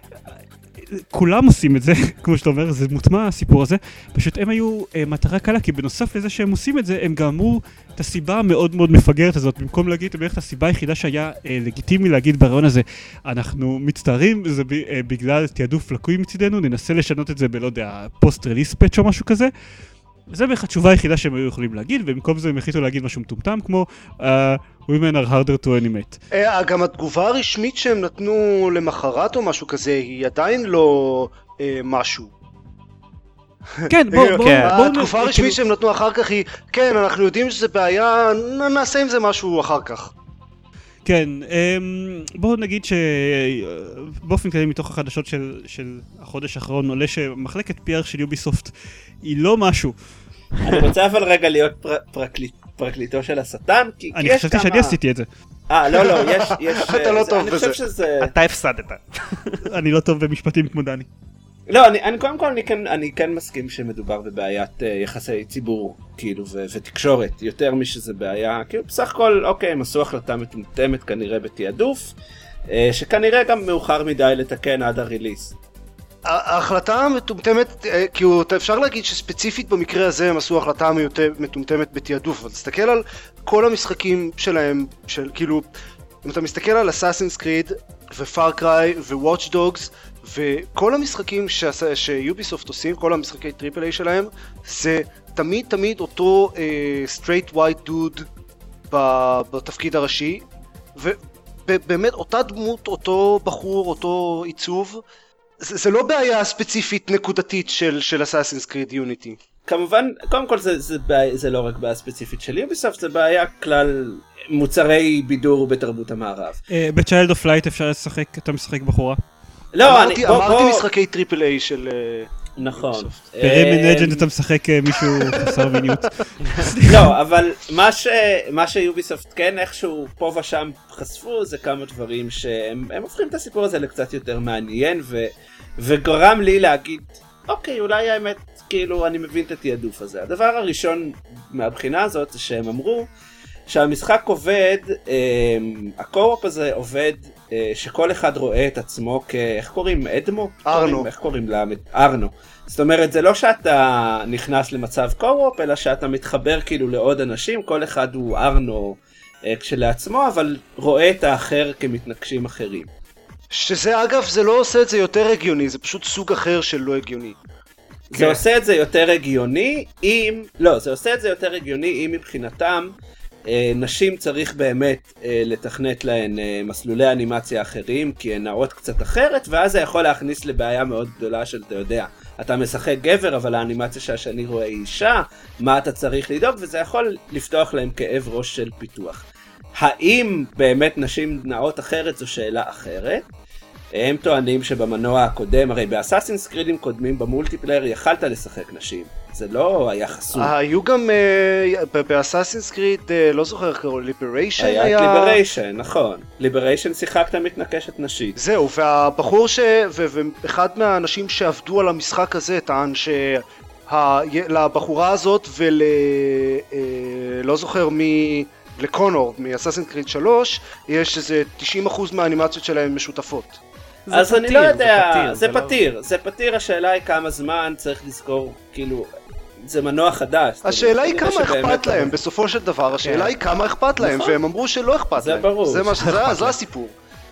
כולם עושים את זה, כמו שאתה אומר, זה מוטמע הסיפור הזה, פשוט הם היו אה, מטרה קלה, כי בנוסף לזה שהם עושים את זה, הם גם אמרו את הסיבה המאוד מאוד מפגרת הזאת, במקום להגיד, בערך את הסיבה היחידה שהיה אה, לגיטימי להגיד ברעיון הזה, אנחנו מצטערים, זה ב, אה, בגלל תיעדוף לקוי מצידנו, ננסה לשנות את זה בלא יודע, פוסט רליס פאץ' או משהו כזה, זה בערך התשובה היחידה שהם היו יכולים להגיד, ובמקום זה הם החליטו להגיד משהו מטומטם, כמו uh, Women are harder to animate. גם התגובה הרשמית שהם נתנו למחרת או משהו כזה, היא עדיין לא uh, משהו. כן, בוא, בוא, בוא. התגובה הרשמית שהם נתנו אחר כך היא, כן, אנחנו יודעים שזה בעיה, נעשה עם זה משהו אחר כך. כן, בואו נגיד שבאופן כללי מתוך החדשות של, של החודש האחרון עולה שמחלקת פי אר של יוביסופט היא לא משהו. אני רוצה אבל רגע להיות פר, פרקליט, פרקליטו של השטן, כי אני יש חשבתי כמה... שאני עשיתי את זה. אה, לא, לא, יש... יש אתה לא טוב אני בזה. חושב שזה... אתה הפסדת. אני לא טוב במשפטים כמו דני. לא, אני, אני קודם כל אני כן, אני כן מסכים שמדובר בבעיית uh, יחסי ציבור, כאילו, ו- ותקשורת, יותר משזה בעיה, כאילו, בסך הכל, אוקיי, הם עשו החלטה מטומטמת כנראה בתיעדוף, uh, שכנראה גם מאוחר מדי לתקן עד הריליס. ההחלטה המטומטמת, כאילו, אפשר להגיד שספציפית במקרה הזה הם עשו החלטה מטומטמת בתיעדוף, אבל תסתכל על כל המשחקים שלהם, של כאילו, אם אתה מסתכל על Assassin's Creed ו-Far Cry ו-Watch Dogs, וכל המשחקים שיוביסופט עושים, כל המשחקי טריפל איי שלהם, זה תמיד תמיד אותו straight white dude בתפקיד הראשי, ובאמת אותה דמות, אותו בחור, אותו עיצוב, זה, זה לא בעיה ספציפית נקודתית של, של Assassin's Creed Unity. כמובן, קודם כל זה, זה, בעיה, זה לא רק בעיה ספציפית של יוביסופט, זה בעיה כלל מוצרי בידור בתרבות המערב. ב-Child of Light אפשר לשחק, אתה משחק בחורה? לא, אמרתי, אני, בוא, אמרתי בוא... משחקי טריפל איי של... נכון. ברמן לג'נד אתה משחק מישהו חסר מיניות. לא, אבל מה, ש... מה שיוביסופט כן איכשהו פה ושם חשפו זה כמה דברים שהם הופכים את הסיפור הזה לקצת יותר מעניין ו... וגרם לי להגיד, אוקיי, אולי האמת כאילו אני מבין את התיעדוף הזה. הדבר הראשון מהבחינה הזאת זה שהם אמרו שהמשחק עובד, אה, הקו-אופ הזה עובד אה, שכל אחד רואה את עצמו כ... איך קוראים? אדמו? ארנו. קוראים, איך קוראים לה? ארנו. זאת אומרת, זה לא שאתה נכנס למצב קו-אופ, אלא שאתה מתחבר כאילו לעוד אנשים, כל אחד הוא ארנו אה, כשלעצמו, אבל רואה את האחר כמתנגשים אחרים. שזה אגב, זה לא עושה את זה יותר הגיוני, זה פשוט סוג אחר של לא הגיוני. זה כן. עושה את זה יותר הגיוני אם, לא, זה עושה את זה יותר הגיוני אם מבחינתם אה, נשים צריך באמת אה, לתכנת להן אה, מסלולי אנימציה אחרים, כי הן נעות קצת אחרת, ואז זה יכול להכניס לבעיה מאוד גדולה של, אתה יודע, אתה משחק גבר, אבל האנימציה שהשני רואה היא אישה, מה אתה צריך לדאוג, וזה יכול לפתוח להם כאב ראש של פיתוח. האם באמת נשים נעות אחרת זו שאלה אחרת? הם טוענים שבמנוע הקודם, הרי באסאסינס קרידים קודמים במולטיפלייר יכלת לשחק נשים, זה לא היה חסום. היו גם באסאסינס קריד, לא זוכר איך קראו, ליבריישן היה... היה את ליבריישן, נכון. ליבריישן שיחקת מתנקשת נשית. זהו, והבחור ש... ואחד מהאנשים שעבדו על המשחק הזה טען שלבחורה הזאת ול... לא זוכר מי... לקונור מאסאסינס קריד שלוש, יש איזה תשעים אחוז מהאנימציות שלהם משותפות. אז פתיר, אני לא יודע, זה פתיר, זה זה פתיר, לא... זה פתיר, השאלה היא כמה זמן צריך לזכור, כאילו, זה מנוע חדש. השאלה היא כמה אכפת להם, לא... בסופו של דבר, השאלה היא כמה אכפת להם, נכון. והם אמרו שלא אכפת זה להם. ברור. זה ברור. זה, זה הסיפור.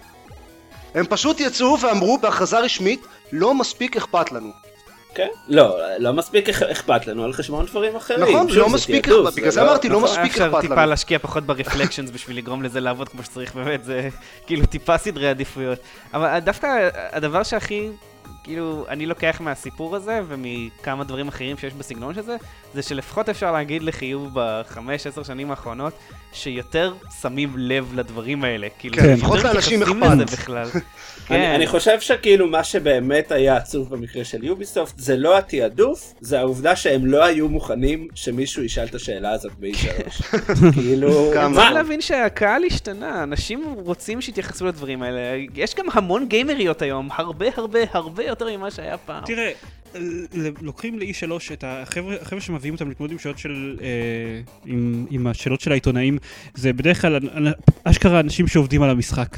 הם פשוט יצאו ואמרו בהכרזה רשמית, לא מספיק אכפת לנו. כן? לא, לא מספיק אכפת לנו על חשבון דברים אחרים. נכון, לא מספיק אכפת, בגלל זה אמרתי, לא מספיק אכפת לנו. אפשר טיפה להשקיע פחות ברפלקשנס בשביל לגרום לזה לעבוד כמו שצריך, באמת, זה כאילו טיפה סדרי עדיפויות. אבל דווקא הדבר שהכי, כאילו, אני לוקח מהסיפור הזה, ומכמה דברים אחרים שיש בסגנון של זה, זה שלפחות אפשר להגיד לחיוב בחמש, עשר שנים האחרונות, שיותר שמים לב לדברים האלה. כן, לפחות לאנשים אכפת. אני, אני חושב שכאילו מה שבאמת היה עצוב במקרה של יוביסופט זה לא התיעדוף, זה העובדה שהם לא היו מוכנים שמישהו ישאל את השאלה הזאת ב-אי שלוש. כאילו... צריך להבין שהקהל השתנה, אנשים רוצים שיתייחסו לדברים האלה, יש גם המון גיימריות היום, הרבה הרבה הרבה יותר ממה שהיה פעם. תראה, לוקחים ל-אי שלוש את החבר'ה שמביאים אותם להתמודד עם שאלות של, עם השאלות של העיתונאים, זה בדרך כלל אשכרה אנשים שעובדים על המשחק.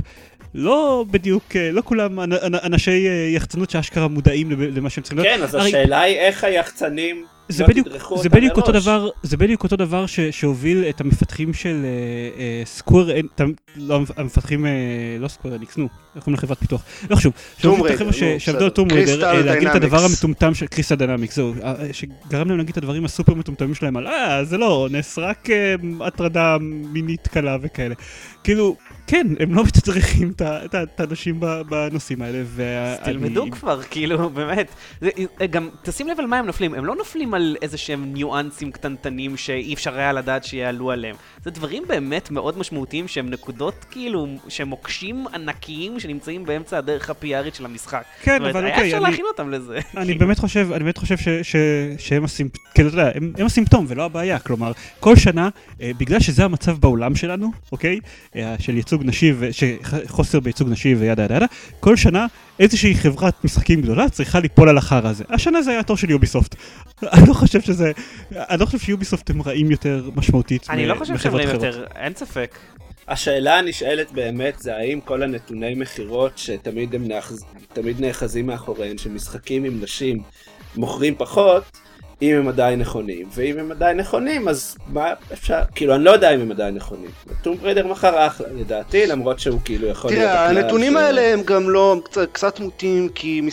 לא בדיוק, לא כולם אנשי יחצנות שאשכרה מודעים למה שהם צריכים להיות. כן, אז השאלה היא איך היחצנים לא תדרכו אותם מראש. זה בדיוק אותו דבר שהוביל את המפתחים של סקוור, לא המפתחים, לא סקוור, נקסנו, איך קוראים לחברת פיתוח, לא חשוב, שהוביל את החבר'ה שעבדו על טום ריידר, להגיד את הדבר המטומטם של קריסטל דיינמיקס, זהו, שגרם להם להגיד את הדברים הסופר מטומטמים שלהם על, אה, זה לא אונס, רק הטרדה מינית קלה וכאלה. כאילו, כן, הם לא מתדרכים את האנשים בנושאים האלה. תלמדו כבר, כאילו, באמת. גם, תשים לב על מה הם נופלים. הם לא נופלים על איזה שהם ניואנסים קטנטנים שאי אפשר היה לדעת שיעלו עליהם. זה דברים באמת מאוד משמעותיים שהם נקודות, כאילו, שהם מוקשים ענקיים שנמצאים באמצע הדרך הפי-ארית של המשחק. כן, אבל אוקיי. היה אפשר להכין אותם לזה. אני באמת חושב, אני באמת חושב שהם הסימפטום, כאילו, אתה יודע, הם הסימפטום ולא הבעיה. כלומר, כל שנה, בגלל שזה המצב בעולם שלנו, אוקיי? של ייצוג נשי, חוסר בייצוג נשי וידה ידה ידה, כל שנה איזושהי חברת משחקים גדולה צריכה ליפול על החר הזה. השנה זה היה התור של יוביסופט. אני לא חושב שזה, אני לא חושב שיוביסופט הם רעים יותר משמעותית. אני לא חושב שהם רעים יותר, אין ספק. השאלה הנשאלת באמת זה האם כל הנתוני מחירות שתמיד הם נאחז, תמיד נאחזים מאחוריהם, שמשחקים עם נשים מוכרים פחות, אם הם עדיין נכונים, ואם הם עדיין נכונים, אז מה אפשר, כאילו אני לא יודע אם הם עדיין נכונים. טום ריידר מחר אחלה, לדעתי, למרות שהוא כאילו יכול להיות... תראה, הנתונים האלה הם גם לא, קצת מוטים, כי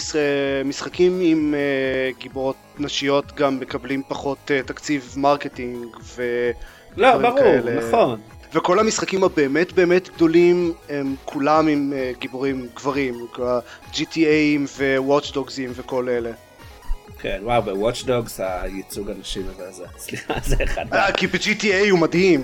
משחקים עם גיבורות נשיות גם מקבלים פחות תקציב מרקטינג ו... לא, ברור, נכון. וכל המשחקים הבאמת באמת גדולים הם כולם עם גיבורים גברים, ג'י טי איי ו-Watch Dogs'ים וכל אלה. כן, וואו, ב-Watch Dogs הייצוג אנשים הזה, סליחה, זה אחד. אה, כי ב-ג'י טי איי הוא מדהים.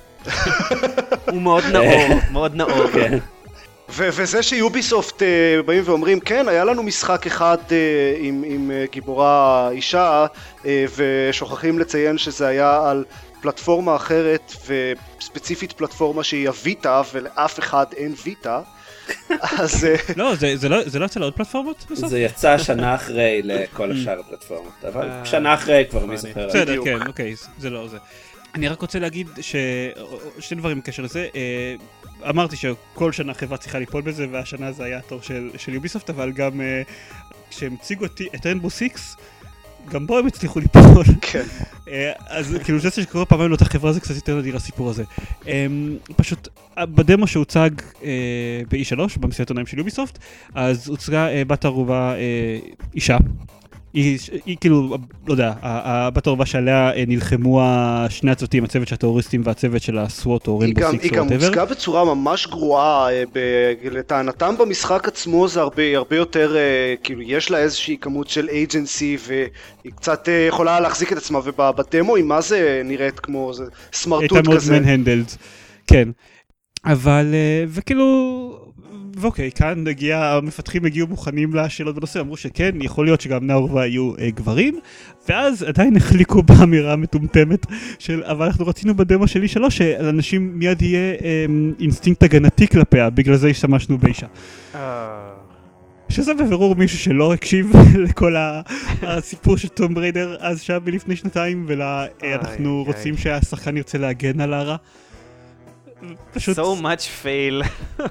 הוא מאוד נאור, מאוד נאור. כן. וזה שיוביסופט באים ואומרים, כן, היה לנו משחק אחד עם גיבורה אישה, ושוכחים לציין שזה היה על פלטפורמה אחרת, וספציפית פלטפורמה שהיא הוויטה, ולאף אחד אין ויטה. אז... אה, לא, זה- זה לא- זה לא יצא לעוד פלטפורמות בסוף? זה יצא שנה אחרי לכל השאר הפלטפורמות, אבל שנה אחרי כבר מי זוכר. בסדר, בדיוק. כן, אוקיי, זה לא זה. אני רק רוצה להגיד ש... שני דברים בקשר לזה. אה, אמרתי שכל שנה חברה צריכה ליפול בזה, והשנה זה היה התור של, של יוביסופט, אבל גם אה, כשהם הציגו את, את רנבו סיקס, גם בו הם הצליחו ליפול. כן. אה, אז כאילו זה שקורה פעמיים לאותה חברה זה קצת יותר נדיר הסיפור הזה. אה, פשוט בדמו שהוצג אה, ב-אי שלוש, במסיבת עונאים של יוביסופט, אז הוצגה אה, בת ערובה אה, אישה. היא, היא כאילו, לא יודע, הבת ערובה שעליה נלחמו שני הצוותים, הצוות של הטרוריסטים והצוות של הסוואט או היא רנבו גם, סיקס היא או גם whatever. הוצגה בצורה ממש גרועה, אה, ב- לטענתם במשחק עצמו זה הרבה, הרבה יותר, אה, כאילו יש לה איזושהי כמות של אייג'נסי והיא קצת אה, יכולה להחזיק את עצמה, ובדמו היא מה זה נראית כמו זה סמרטוט הייתה מאוד כזה. מנהנדלד, כן. אבל, אה, וכאילו, ואוקיי, כאן הגיע, המפתחים הגיעו מוכנים לשאלות בנושא, אמרו שכן, יכול להיות שגם בני ערובה יהיו אה, גברים, ואז עדיין החליקו באמירה המטומטמת של, אבל אנחנו רצינו בדמו של אי שלוש, שלאנשים מיד יהיה אה, אינסטינקט הגנתי כלפיה, בגלל זה השתמשנו באישה. שזה בבירור מישהו שלא הקשיב לכל ה- הסיפור של טום בריידר אז שם מלפני שנתיים, ואנחנו איי, רוצים איי. שהשחקן ירצה להגן על הרע. פשוט... So much fail.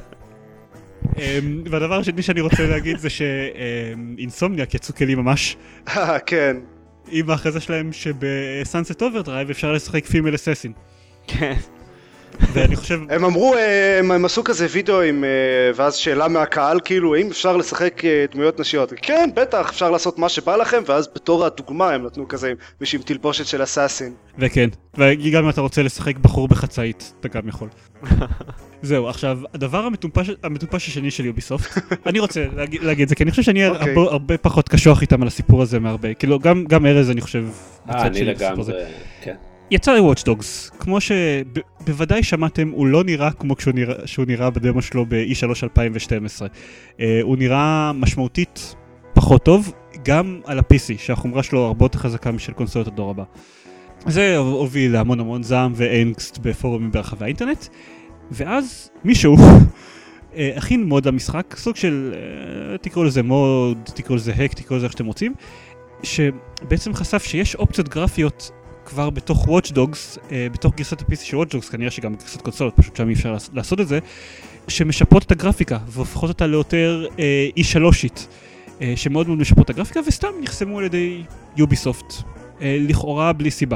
אמ, והדבר השני שאני רוצה להגיד זה שאינסומניאק יצאו כלים ממש אה, כן. עם ההכרזה שלהם שבסאנסט אוברדרייב אפשר לשחק פימל אססין. כן. ואני חושב... הם אמרו, אה, הם, הם עשו כזה וידאו עם, אה, ואז שאלה מהקהל, כאילו, האם אפשר לשחק אה, דמויות נשיות? כן, בטח, אפשר לעשות מה שבא לכם, ואז בתור הדוגמה הם נתנו כזה מישהו עם תלבושת של אסאסין. וכן, וגם אם אתה רוצה לשחק בחור בחצאית, אתה גם יכול. זהו, עכשיו, הדבר המטופש, המטופש השני של יוביסופט, אני רוצה להגיד, להגיד את זה, כי אני חושב שאני אוקיי. הרבה, הרבה פחות קשוח איתם על הסיפור הזה מהרבה. כאילו, גם, גם ארז, אני חושב, אה, בצד אני שלי בסיפור הזה. לגמרי, כן. יצא ל-Watch Dogs, כמו שבוודאי שמעתם, הוא לא נראה כמו כשהוא נראה, שהוא נראה בדמו שלו ב-אי שלוש אלפיים ושתים עשרה. Uh, הוא נראה משמעותית פחות טוב, גם על ה-פי סי, שהחומרה שלו הרבה יותר חזקה משל קונסולות הדור הבא. זה הוביל להמון המון זעם ואנגסט בפורומים ברחבי האינטרנט, ואז מישהו uh, הכין מוד למשחק, סוג של, uh, תקראו לזה מוד, תקראו לזה hack, תקראו לזה איך שאתם רוצים, שבעצם חשף שיש אופציות גרפיות כבר בתוך Watch Dogs, uh, בתוך גרסת ה-פי סי של Watch Dogs, כנראה שגם גרסת קונסולות, פשוט שם אי אפשר לעשות את זה, שמשפרות את הגרפיקה והופכות אותה ליותר uh, אי שלושית, uh, שמאוד מאוד משפרות את הגרפיקה, וסתם נחסמו על ידי יוביסופט, uh, לכאורה בלי סיבה.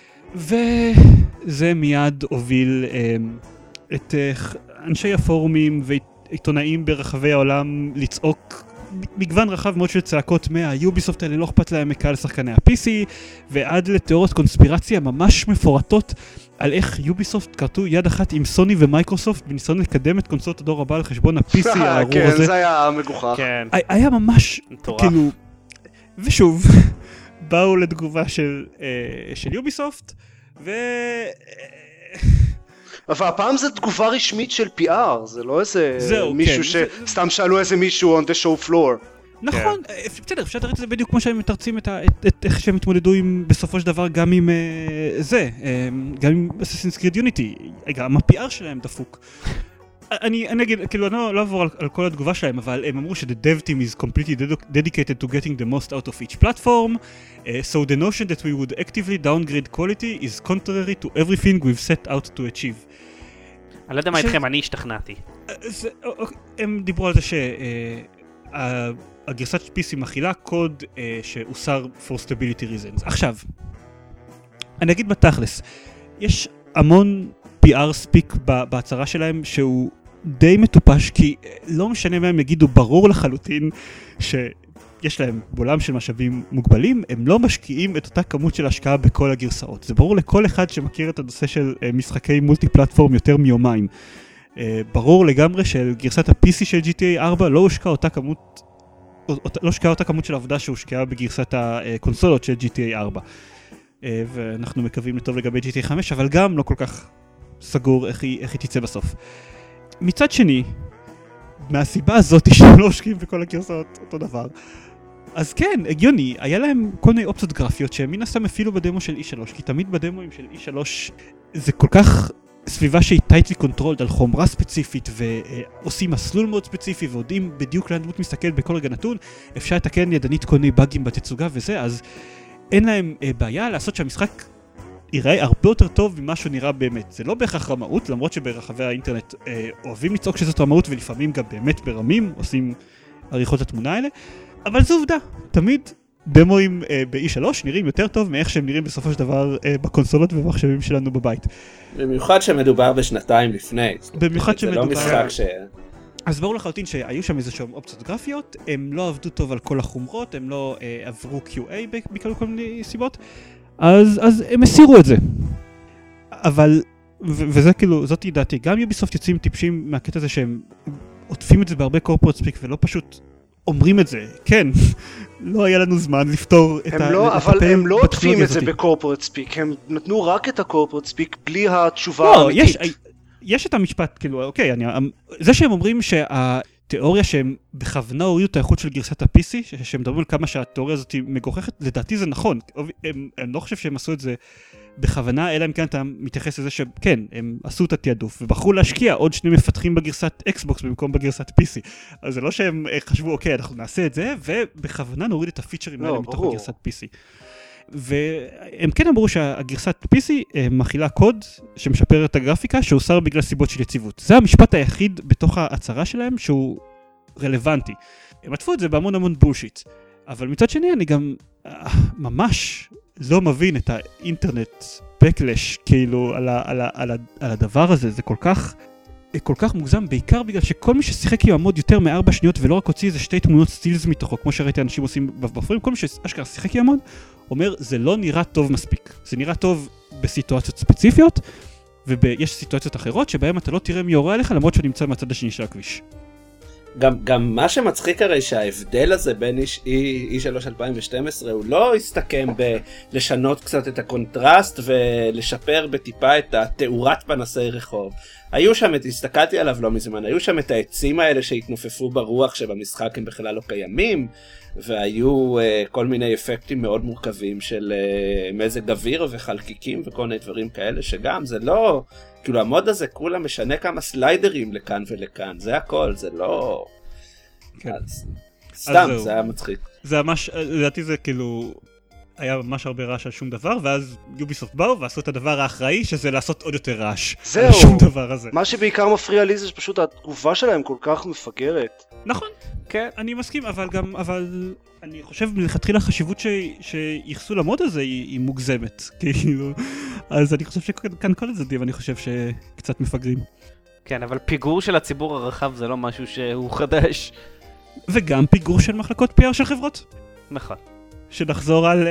וזה מיד הוביל uh, את uh, אנשי הפורומים ועיתונאים ברחבי העולם לצעוק מגוון רחב מאוד של צעקות מהיוביסופט האלה לא אכפת להם מקהל שחקני ה-פי סי, ועד לתיאוריות קונספירציה ממש מפורטות על איך יוביסופט קרתו יד אחת עם סוני ומייקרוסופט בניסיון לקדם את קונסולות הדור הבא על חשבון ה-פי סי הארור כן, הזה. זה היה מגוחך. כן. היה ממש, מטורף. כאילו, ושוב, באו לתגובה של, אה, של יוביסופט, ו... אבל הפעם זו תגובה רשמית של פי אר, זה לא איזה זהו, מישהו כן, שסתם שאלו איזה מישהו on the show floor. נכון, בסדר, אפשר לתאר את זה בדיוק כמו שהם מתרצים את, ה, את, את איך שהם התמודדו עם, בסופו של דבר גם עם uh, זה, um, גם עם Assassin's Creed Unity, גם ה-פי אר שלהם דפוק. אני, אני אגיד, כאילו, אני לא, לא אעבור על, על כל התגובה שלהם, אבל הם אמרו ש- the dev team is completely dedicated to getting the most out of each platform, uh, so the notion that we would actively downgrade quality is contrary to everything we've set out to achieve. אני לא יודע מה ש- איתכם, אני השתכנעתי. זה, אוקיי, הם דיברו על זה שהגרסת פי סי מכילה קוד uh, שהוסר for stability reasons. עכשיו, אני אגיד בתכלס, יש המון פי אר ספיק בהצהרה שלהם שהוא די מטופש, כי לא משנה מה הם יגידו, ברור לחלוטין שיש להם בעולם של משאבים מוגבלים, הם לא משקיעים את אותה כמות של השקעה בכל הגרסאות. זה ברור לכל אחד שמכיר את הנושא של uh, משחקי מולטי פלטפורם יותר מיומיים. Uh, ברור לגמרי שגרסת ה-פי סי של ג'י טי איי ארבע לא הושקעה אותה כמות, אותה, לא הושקעה אותה כמות של עבודה שהושקעה בגרסת הקונסולות של ג'י טי איי ארבע. Uh, ואנחנו מקווים לטוב לגבי ג'י טי איי חמש, אבל גם לא כל כך סגור איך היא, איך היא תצא בסוף. מצד שני, מהסיבה הזאת שהם לא הושקים בכל הגרסאות אותו דבר, אז כן, הגיוני, היה להם כל מיני אופציות גרפיות שהם מן הסתם אפילו בדמו של אי שלוש, כי תמיד בדמוים של אי שלוש זה כל כך סביבה שהיא טייטלי קונטרולד על חומרה ספציפית ועושים מסלול מאוד ספציפי ויודעים בדיוק לאן דמות מסתכל בכל רגע נתון, אפשר לתקן ידנית כל מיני באגים בתצוגה וזה, אז אין להם בעיה לעשות שהמשחק ייראה הרבה יותר טוב ממה שהוא נראה באמת. זה לא בהכרח רמאות, למרות שברחבי האינטרנט אוהבים לצעוק שזאת רמאות ולפעמים גם באמת ברמים עושים עריכות התמונה האלה, אבל זו עובדה, תמיד דמוים ב-אי שלוש נראים יותר טוב מאיך שהם נראים בסופו של דבר בקונסולות ובמחשבים שלנו בבית. במיוחד שמדובר בשנתיים לפני. במיוחד שמדובר... זה לא משחק ש... אז ברור לחלוטין שהיו שם איזשהם אופציות גרפיות, הם לא עבדו טוב על כל החומרות, הם לא אה, עברו קיו איי בכל כל מיני סיבות, אז, אז הם הסירו את זה. אבל, ו- וזה כאילו, זאת דעתי, גם יוביסופט יוצאים טיפשים מהקטע הזה שהם עוטפים את זה בהרבה קורפורט ספיק ולא פשוט אומרים את זה. כן, לא היה לנו זמן לפתור את ה... לא, אבל הם לא עוטפים את זה בקורפורט ספיק, הם נתנו רק את הקורפורט ספיק בלי התשובה לא, האמיתית. יש, יש את המשפט, כאילו, אוקיי, אני, זה שהם אומרים שהתיאוריה שהם בכוונה הורידו את האיכות של גרסת ה-פי סי, שהם מדברים על כמה שהתיאוריה הזאת מגוחכת, לדעתי זה נכון, הם, הם לא חושב שהם עשו את זה בכוונה, אלא אם כן אתה מתייחס לזה שכן, הם עשו את התיעדוף, ובחרו להשקיע עוד שני מפתחים בגרסת אקסבוקס במקום בגרסת פי סי, אז זה לא שהם חשבו, אוקיי, אנחנו נעשה את זה, ובכוונה נוריד את הפיצ'רים האלה מתוך הגרסת פי סי. והם כן אמרו שהגרסת פי סי מכילה קוד שמשפר את הגרפיקה שהוסר בגלל סיבות של יציבות. זה המשפט היחיד בתוך ההצהרה שלהם שהוא רלוונטי. הם עטפו את זה בהמון המון בולשיט. אבל מצד שני אני גם ממש לא מבין את האינטרנט בקלש כאילו על, ה, על, ה, על, ה, על הדבר הזה. זה כל כך... כל כך מוגזם, בעיקר בגלל שכל מי ששיחק עם עמוד יותר מארבע שניות ולא רק הוציא איזה שתי תמונות סטילס מתוכו, כמו שראיתי אנשים עושים בפורים, כל מי שאשכרה שיחק עם עמוד, אומר, זה לא נראה טוב מספיק. זה נראה טוב בסיטואציות ספציפיות, ויש סיטואציות אחרות שבהן אתה לא תראה מי יורה עליך, למרות שהוא נמצא מהצד השני של הכביש. גם, גם מה שמצחיק הרי שההבדל הזה בין אי שלוש אלפיים ושתים עשרה הוא לא הסתכם בלשנות קצת את הקונטרסט ולשפר בטיפה את התאורת פנסי רחוב. היו שם, הסתכלתי עליו לא מזמן, היו שם את העצים האלה שהתנופפו ברוח שבמשחק הם בכלל לא קיימים, והיו uh, כל מיני אפקטים מאוד מורכבים של uh, מזג אוויר וחלקיקים וכל מיני דברים כאלה, שגם זה לא, כאילו המוד הזה כולה משנה כמה סליידרים לכאן ולכאן, זה הכל, זה לא... כן. אז, סתם, אז זה היה מצחיק. זה ממש, לדעתי זה כאילו... היה ממש הרבה רעש על שום דבר, ואז יוביסופט באו ועשו את הדבר האחראי, שזה לעשות עוד יותר רעש. זהו. על שום דבר הזה. מה שבעיקר מפריע לי זה שפשוט התגובה שלהם כל כך מפגרת. נכון, כן, אני מסכים, אבל גם, אבל אני חושב מלכתחילה החשיבות ש... שיחסו למוד הזה היא, היא מוגזמת, כאילו, אז אני חושב שכאן כל הצדדים, אני חושב שקצת מפגרים. כן, אבל פיגור של הציבור הרחב זה לא משהו שהוא חדש. וגם פיגור של מחלקות פי אר של חברות. נכון. שנחזור על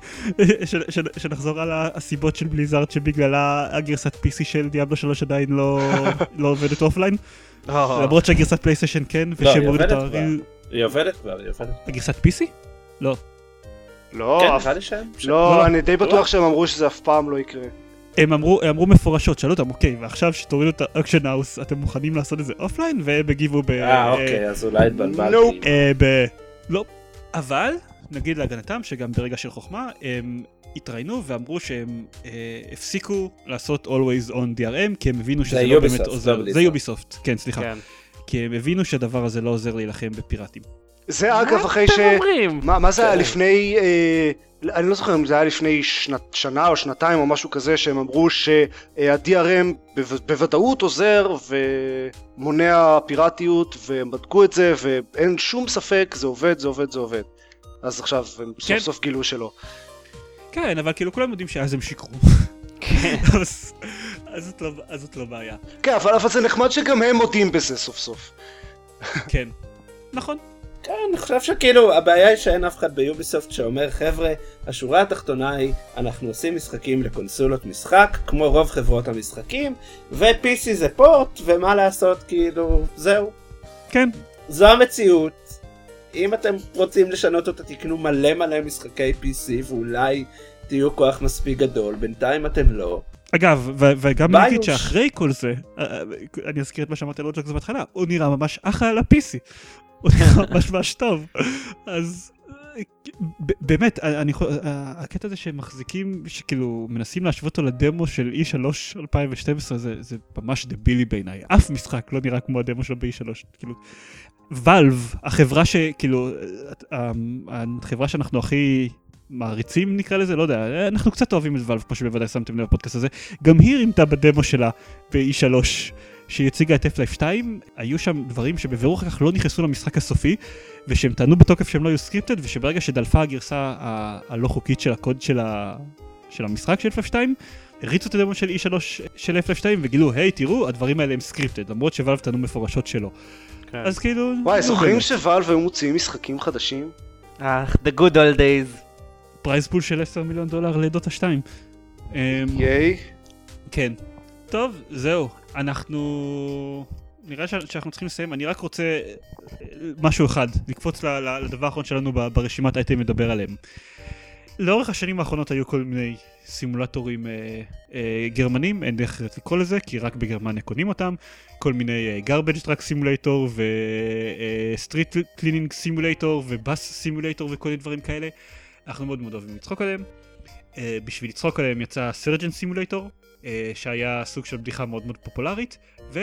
שנחזור על הסיבות של בליזארד שבגללה הגרסת פי סי של דיאבלו שלוש עדיין לא לא עובדת אופליין, למרות שהגרסת פלייסטיישן כן, ושמוריד את הרעיל. היא עובדת כבר, היא עובדת. הגרסת פי סי? לא. לא, לא, אני די בטוח שהם אמרו שזה אף פעם לא יקרה. הם אמרו, הם אמרו מפורשות, שאלו אותם, אוקיי, ועכשיו שתורידו את האקשן האוס, אתם מוכנים לעשות את זה אופליין? והם הגיבו ב... אה, אוקיי, אז אולי התבלבלתי. ב... לא. אבל, נגיד להגנתם, שגם ברגע של חוכמה, הם התראינו ואמרו שהם הפסיקו לעשות Always on די אר אם, כי הם הבינו שזה לא באמת עוזר. זה יוביסופט, כן, סליחה. כי הם הבינו שהדבר הזה לא עוזר להילחם בפיראטים. זה אגב אחרי ש... מה זה היה לפני... אני לא זוכר אם זה היה לפני שנה או שנתיים או משהו כזה, שהם אמרו שה-די אר אם בוודאות עוזר ומונע פיראטיות, והם בדקו את זה ואין שום ספק, זה עובד, זה עובד, זה עובד. אז עכשיו הם סוף סוף גילו שלא. כן, אבל כאילו כולם יודעים שאז הם שיקרו. אז זאת לא בעיה. כן, אבל זה נחמד שגם הם מודים בזה סוף סוף. כן, נכון. כן, אני חושב שכאילו הבעיה היא שאין אף אחד ביוביסופט שאומר, חבר'ה, השורה התחתונה היא, אנחנו עושים משחקים לקונסולות משחק, כמו רוב חברות המשחקים, ו-פי סי זה פורט, ומה לעשות, כאילו, זהו. כן. זו המציאות. אם אתם רוצים לשנות אותה, תקנו מלא מלא משחקי פי סי, ואולי תהיו כוח מספיק גדול, בינתיים אתם לא. אגב, וגם נגיד שאחרי כל זה, אני אזכיר את מה שאמרתי על רוג'קס בהתחלה, הוא נראה ממש אחלה על ה-פי סי. הוא נראה ממש ממש טוב. אז באמת, אני, הקטע הזה שהם מחזיקים, שכאילו מנסים להשוות אותו לדמו של אי שלוש אלפיים ושתים עשרה, זה, זה ממש דבילי בעיניי. אף משחק לא נראה כמו הדמו שלו ב-אי שלוש. כאילו, ואלב, החברה שכאילו, החברה שאנחנו הכי מעריצים נקרא לזה, לא יודע, אנחנו קצת אוהבים את ואלב, כמו שבוודאי שמתם לב בפודקאסט הזה, גם היא רימתה בדמו שלה ב-אי שלוש, שהיא הציגה את Half-Life שתיים, היו שם דברים שבבירור אחר כך לא נכנסו למשחק הסופי, ושהם טענו בתוקף שהם לא היו סקריפטד, ושברגע שדלפה הגרסה ה- הלא חוקית של הקוד של, ה- של המשחק של Half-Life שתיים, הריצו את הדמו של אי שלוש של Half-Life שתיים, וגילו, היי, תראו, הדברים האלה הם סקריפטד, למרות שוואלב טענו מפורשות שלו. כן. אז כאילו... וואי, זוכרים שוואלב היו מוציאים משחקים חדשים? אה, the good old days. פרייז פול של עשרה מיליון דולר לדוטה שתיים. ייי. כן. טוב, זהו. אנחנו... נראה שאנחנו צריכים לסיים. אני רק רוצה משהו אחד, לקפוץ לדבר האחרון שלנו ברשימת אייטם מדבר עליהם. לאורך השנים האחרונות היו כל מיני סימולטורים אה, אה, גרמנים, אין דרך לקרוא לזה, כי רק בגרמניה קונים אותם. כל מיני אה, garbage truck simulator ו-street cleaning simulator ובus simulator וכל מיני דברים כאלה. אנחנו מאוד מאוד אוהבים לצחוק עליהם. Uh, בשביל לצחוק עליהם יצא Surgeon Simulator, uh, שהיה סוג של בדיחה מאוד מאוד פופולרית,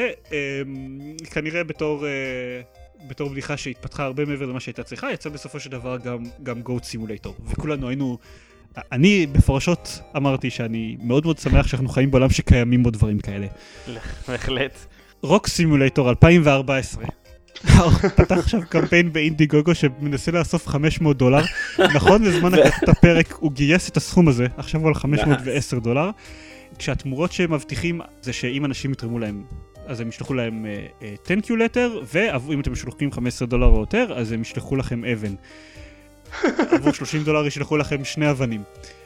וכנראה uh, בתור, uh, בתור בדיחה שהתפתחה הרבה מעבר למה שהייתה צריכה, יצא בסופו של דבר גם, גם Goat Simulator. וכולנו היינו, אני בפורשות אמרתי שאני מאוד מאוד שמח שאנחנו חיים בעולם שקיימים בו דברים כאלה. בהחלט. Rock Simulator אלפיים וארבע עשרה. פתח עכשיו קמפיין באינדיגוגו שמנסה לאסוף חמש מאות דולר, נכון לזמן הקלטת הפרק הוא גייס את הסכום הזה, עכשיו הוא על חמש מאות ועשר דולר, כשהתמורות שהם מבטיחים זה שאם אנשים יתרמו להם אז הם ישלחו להם thank you letter, ואם אתם משלוחים חמישה עשר דולר או יותר אז הם ישלחו לכם אבן, עבור שלושים דולר ישלחו לכם שני אבנים.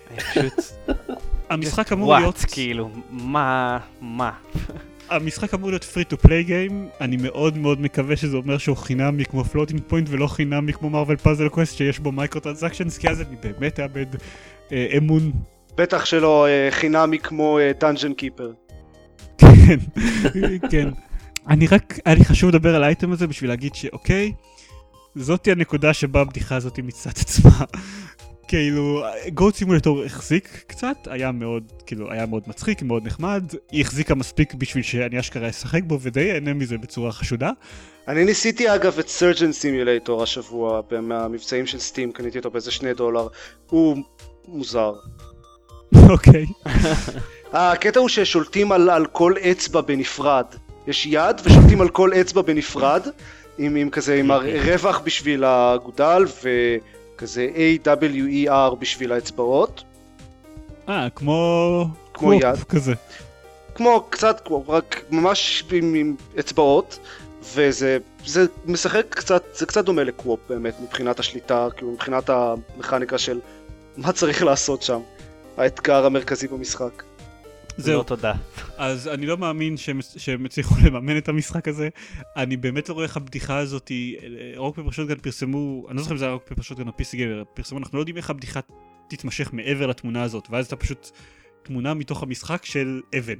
המשחק אמור להיות כאילו מה מה המשחק אמור להיות free to play game, אני מאוד מאוד מקווה שזה אומר שהוא חינמי כמו floating point ולא חינמי כמו מרוול פאזל קווסט שיש בו מייקרו טרנזקשנס, כי אז אני באמת אאבד אה, אמון. בטח שלא אה, חינמי כמו אה, דאנג'ן קיפר. כן, כן. אני רק, היה לי חשוב לדבר על האייטם הזה בשביל להגיד שאוקיי, זאתי הנקודה שבה הבדיחה הזאת מצאת עצמה. כאילו, גוט סימולטור החזיק קצת, היה מאוד, כאילו, היה מאוד מצחיק, מאוד נחמד, היא החזיקה מספיק בשביל שאני אשכרה אשחק בו ודי אהנה מזה בצורה חשודה. אני ניסיתי אגב את Surgeon Simulator השבוע, מהמבצעים של סטים, קניתי אותו באיזה שני דולר, הוא מוזר. אוקיי. הקטע הוא ששולטים על, על כל אצבע בנפרד, יש יד ושולטים על כל אצבע בנפרד, עם, עם כזה, עם הרווח בשביל הגודל ו... כזה A W E R בשביל האצבעות. אה, כמו... כמו יד. כזה. כמו, קצת כמו, רק ממש עם, עם אצבעות, וזה זה משחק קצת, זה קצת דומה לקוופ באמת, מבחינת השליטה, כאילו מבחינת המכניקה של מה צריך לעשות שם, האתגר המרכזי במשחק. זהו. לא תודה. אז אני לא מאמין שהם, שהם הצליחו לממן את המשחק הזה. אני באמת לא רואה איך הבדיחה הזאת, רוק פפר שוטגן פרסמו, אני לא זוכר אם זה היה רוק פפר שוטגן או פי סי גיימר, פרסמו, אנחנו לא יודעים איך הבדיחה תתמשך מעבר לתמונה הזאת, ואז אתה פשוט תמונה מתוך המשחק של אבן.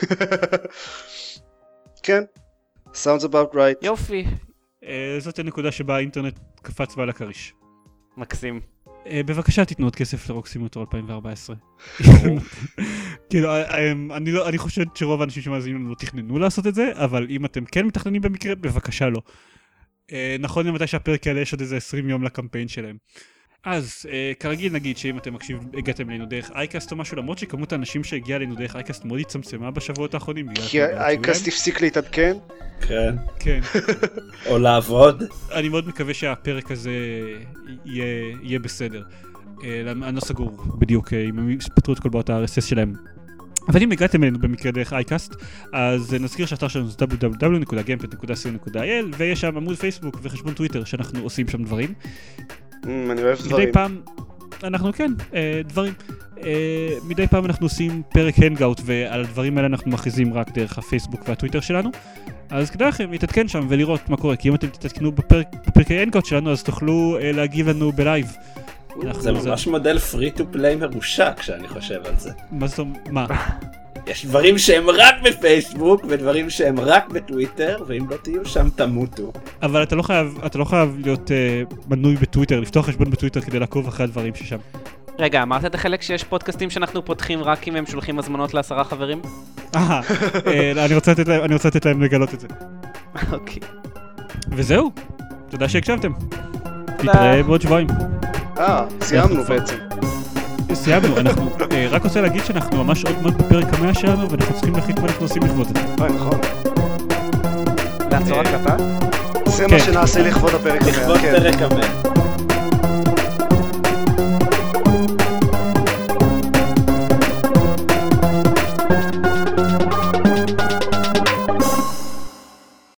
כן, sounds about right. יופי. זאת הנקודה שבה האינטרנט קפץ בעל הכריש. מקסים. בבקשה תיתנו עוד כסף לרוק סימולטור אלפיים וארבע עשרה. כאילו, אני חושב שרוב האנשים שמאזינים לנו לא תכננו לעשות את זה, אבל אם אתם כן מתכננים במקרה, בבקשה לא. נכון למתי שהפרק יעלה יש עוד איזה עשרים יום לקמפיין שלהם. אז כרגיל נגיד שאם אתם מקשיב, הגעתם אלינו דרך אייקאסט או משהו, למרות שכמות האנשים שהגיעה אלינו דרך אייקאסט מאוד הצטמצמה בשבועות האחרונים. כי אייקאסט הפסיק להתעדכן? כן. כן. או לעבוד. אני מאוד מקווה שהפרק הזה יהיה בסדר. אני לא סגור בדיוק אם הם פתרו את כל בעיות ה-אר אס אס שלהם. אבל אם הגעתם אלינו במקרה דרך אייקאסט, אז נזכיר שהאתר שלנו זה דאבליו דאבליו דאבליו נקודה גיימפד נקודה סי או נקודה איי אל, ויש שם עמוד פייסבוק וחשבון טוויטר שאנחנו עושים שם דברים. אני אוהב דברים. מדי פעם, אנחנו כן, דברים. מדי פעם אנחנו עושים פרק הנגאוט, ועל הדברים האלה אנחנו מכריזים רק דרך הפייסבוק והטוויטר שלנו. אז כדאי לכם להתעדכן שם ולראות מה קורה, כי אם אתם תתעדכנו בפרקי הנגאוט שלנו, אז תוכלו להגיב לנו בלייב. זה ממש מודל פרי טו פליי מרושע כשאני חושב על זה. מה זאת אומרת? מה? יש דברים שהם רק בפייסבוק, ודברים שהם רק בטוויטר, ואם לא תהיו שם תמותו. אבל אתה לא חייב, אתה לא חייב להיות uh, מנוי בטוויטר, לפתוח חשבון בטוויטר כדי לעקוב אחרי הדברים ששם. רגע, אמרת את החלק שיש פודקאסטים שאנחנו פותחים רק אם הם שולחים הזמנות לעשרה חברים? אה, אני רוצה לתת להם, אני רוצה לתת להם לגלות את זה. אוקיי. וזהו, תודה שהקשבתם. נתראה בעוד שבועיים. אה, סיימנו בעצם. סיימנו, אנחנו רק רוצה להגיד שאנחנו ממש עוד מעט בפרק המאה שלנו, ואנחנו צריכים להחליט מה אנחנו עושים לכבוד את זה. אה, נכון. לעצור הקלטה? זה מה שנעשה לכבוד הפרק המאה. לכבוד פרק המאה.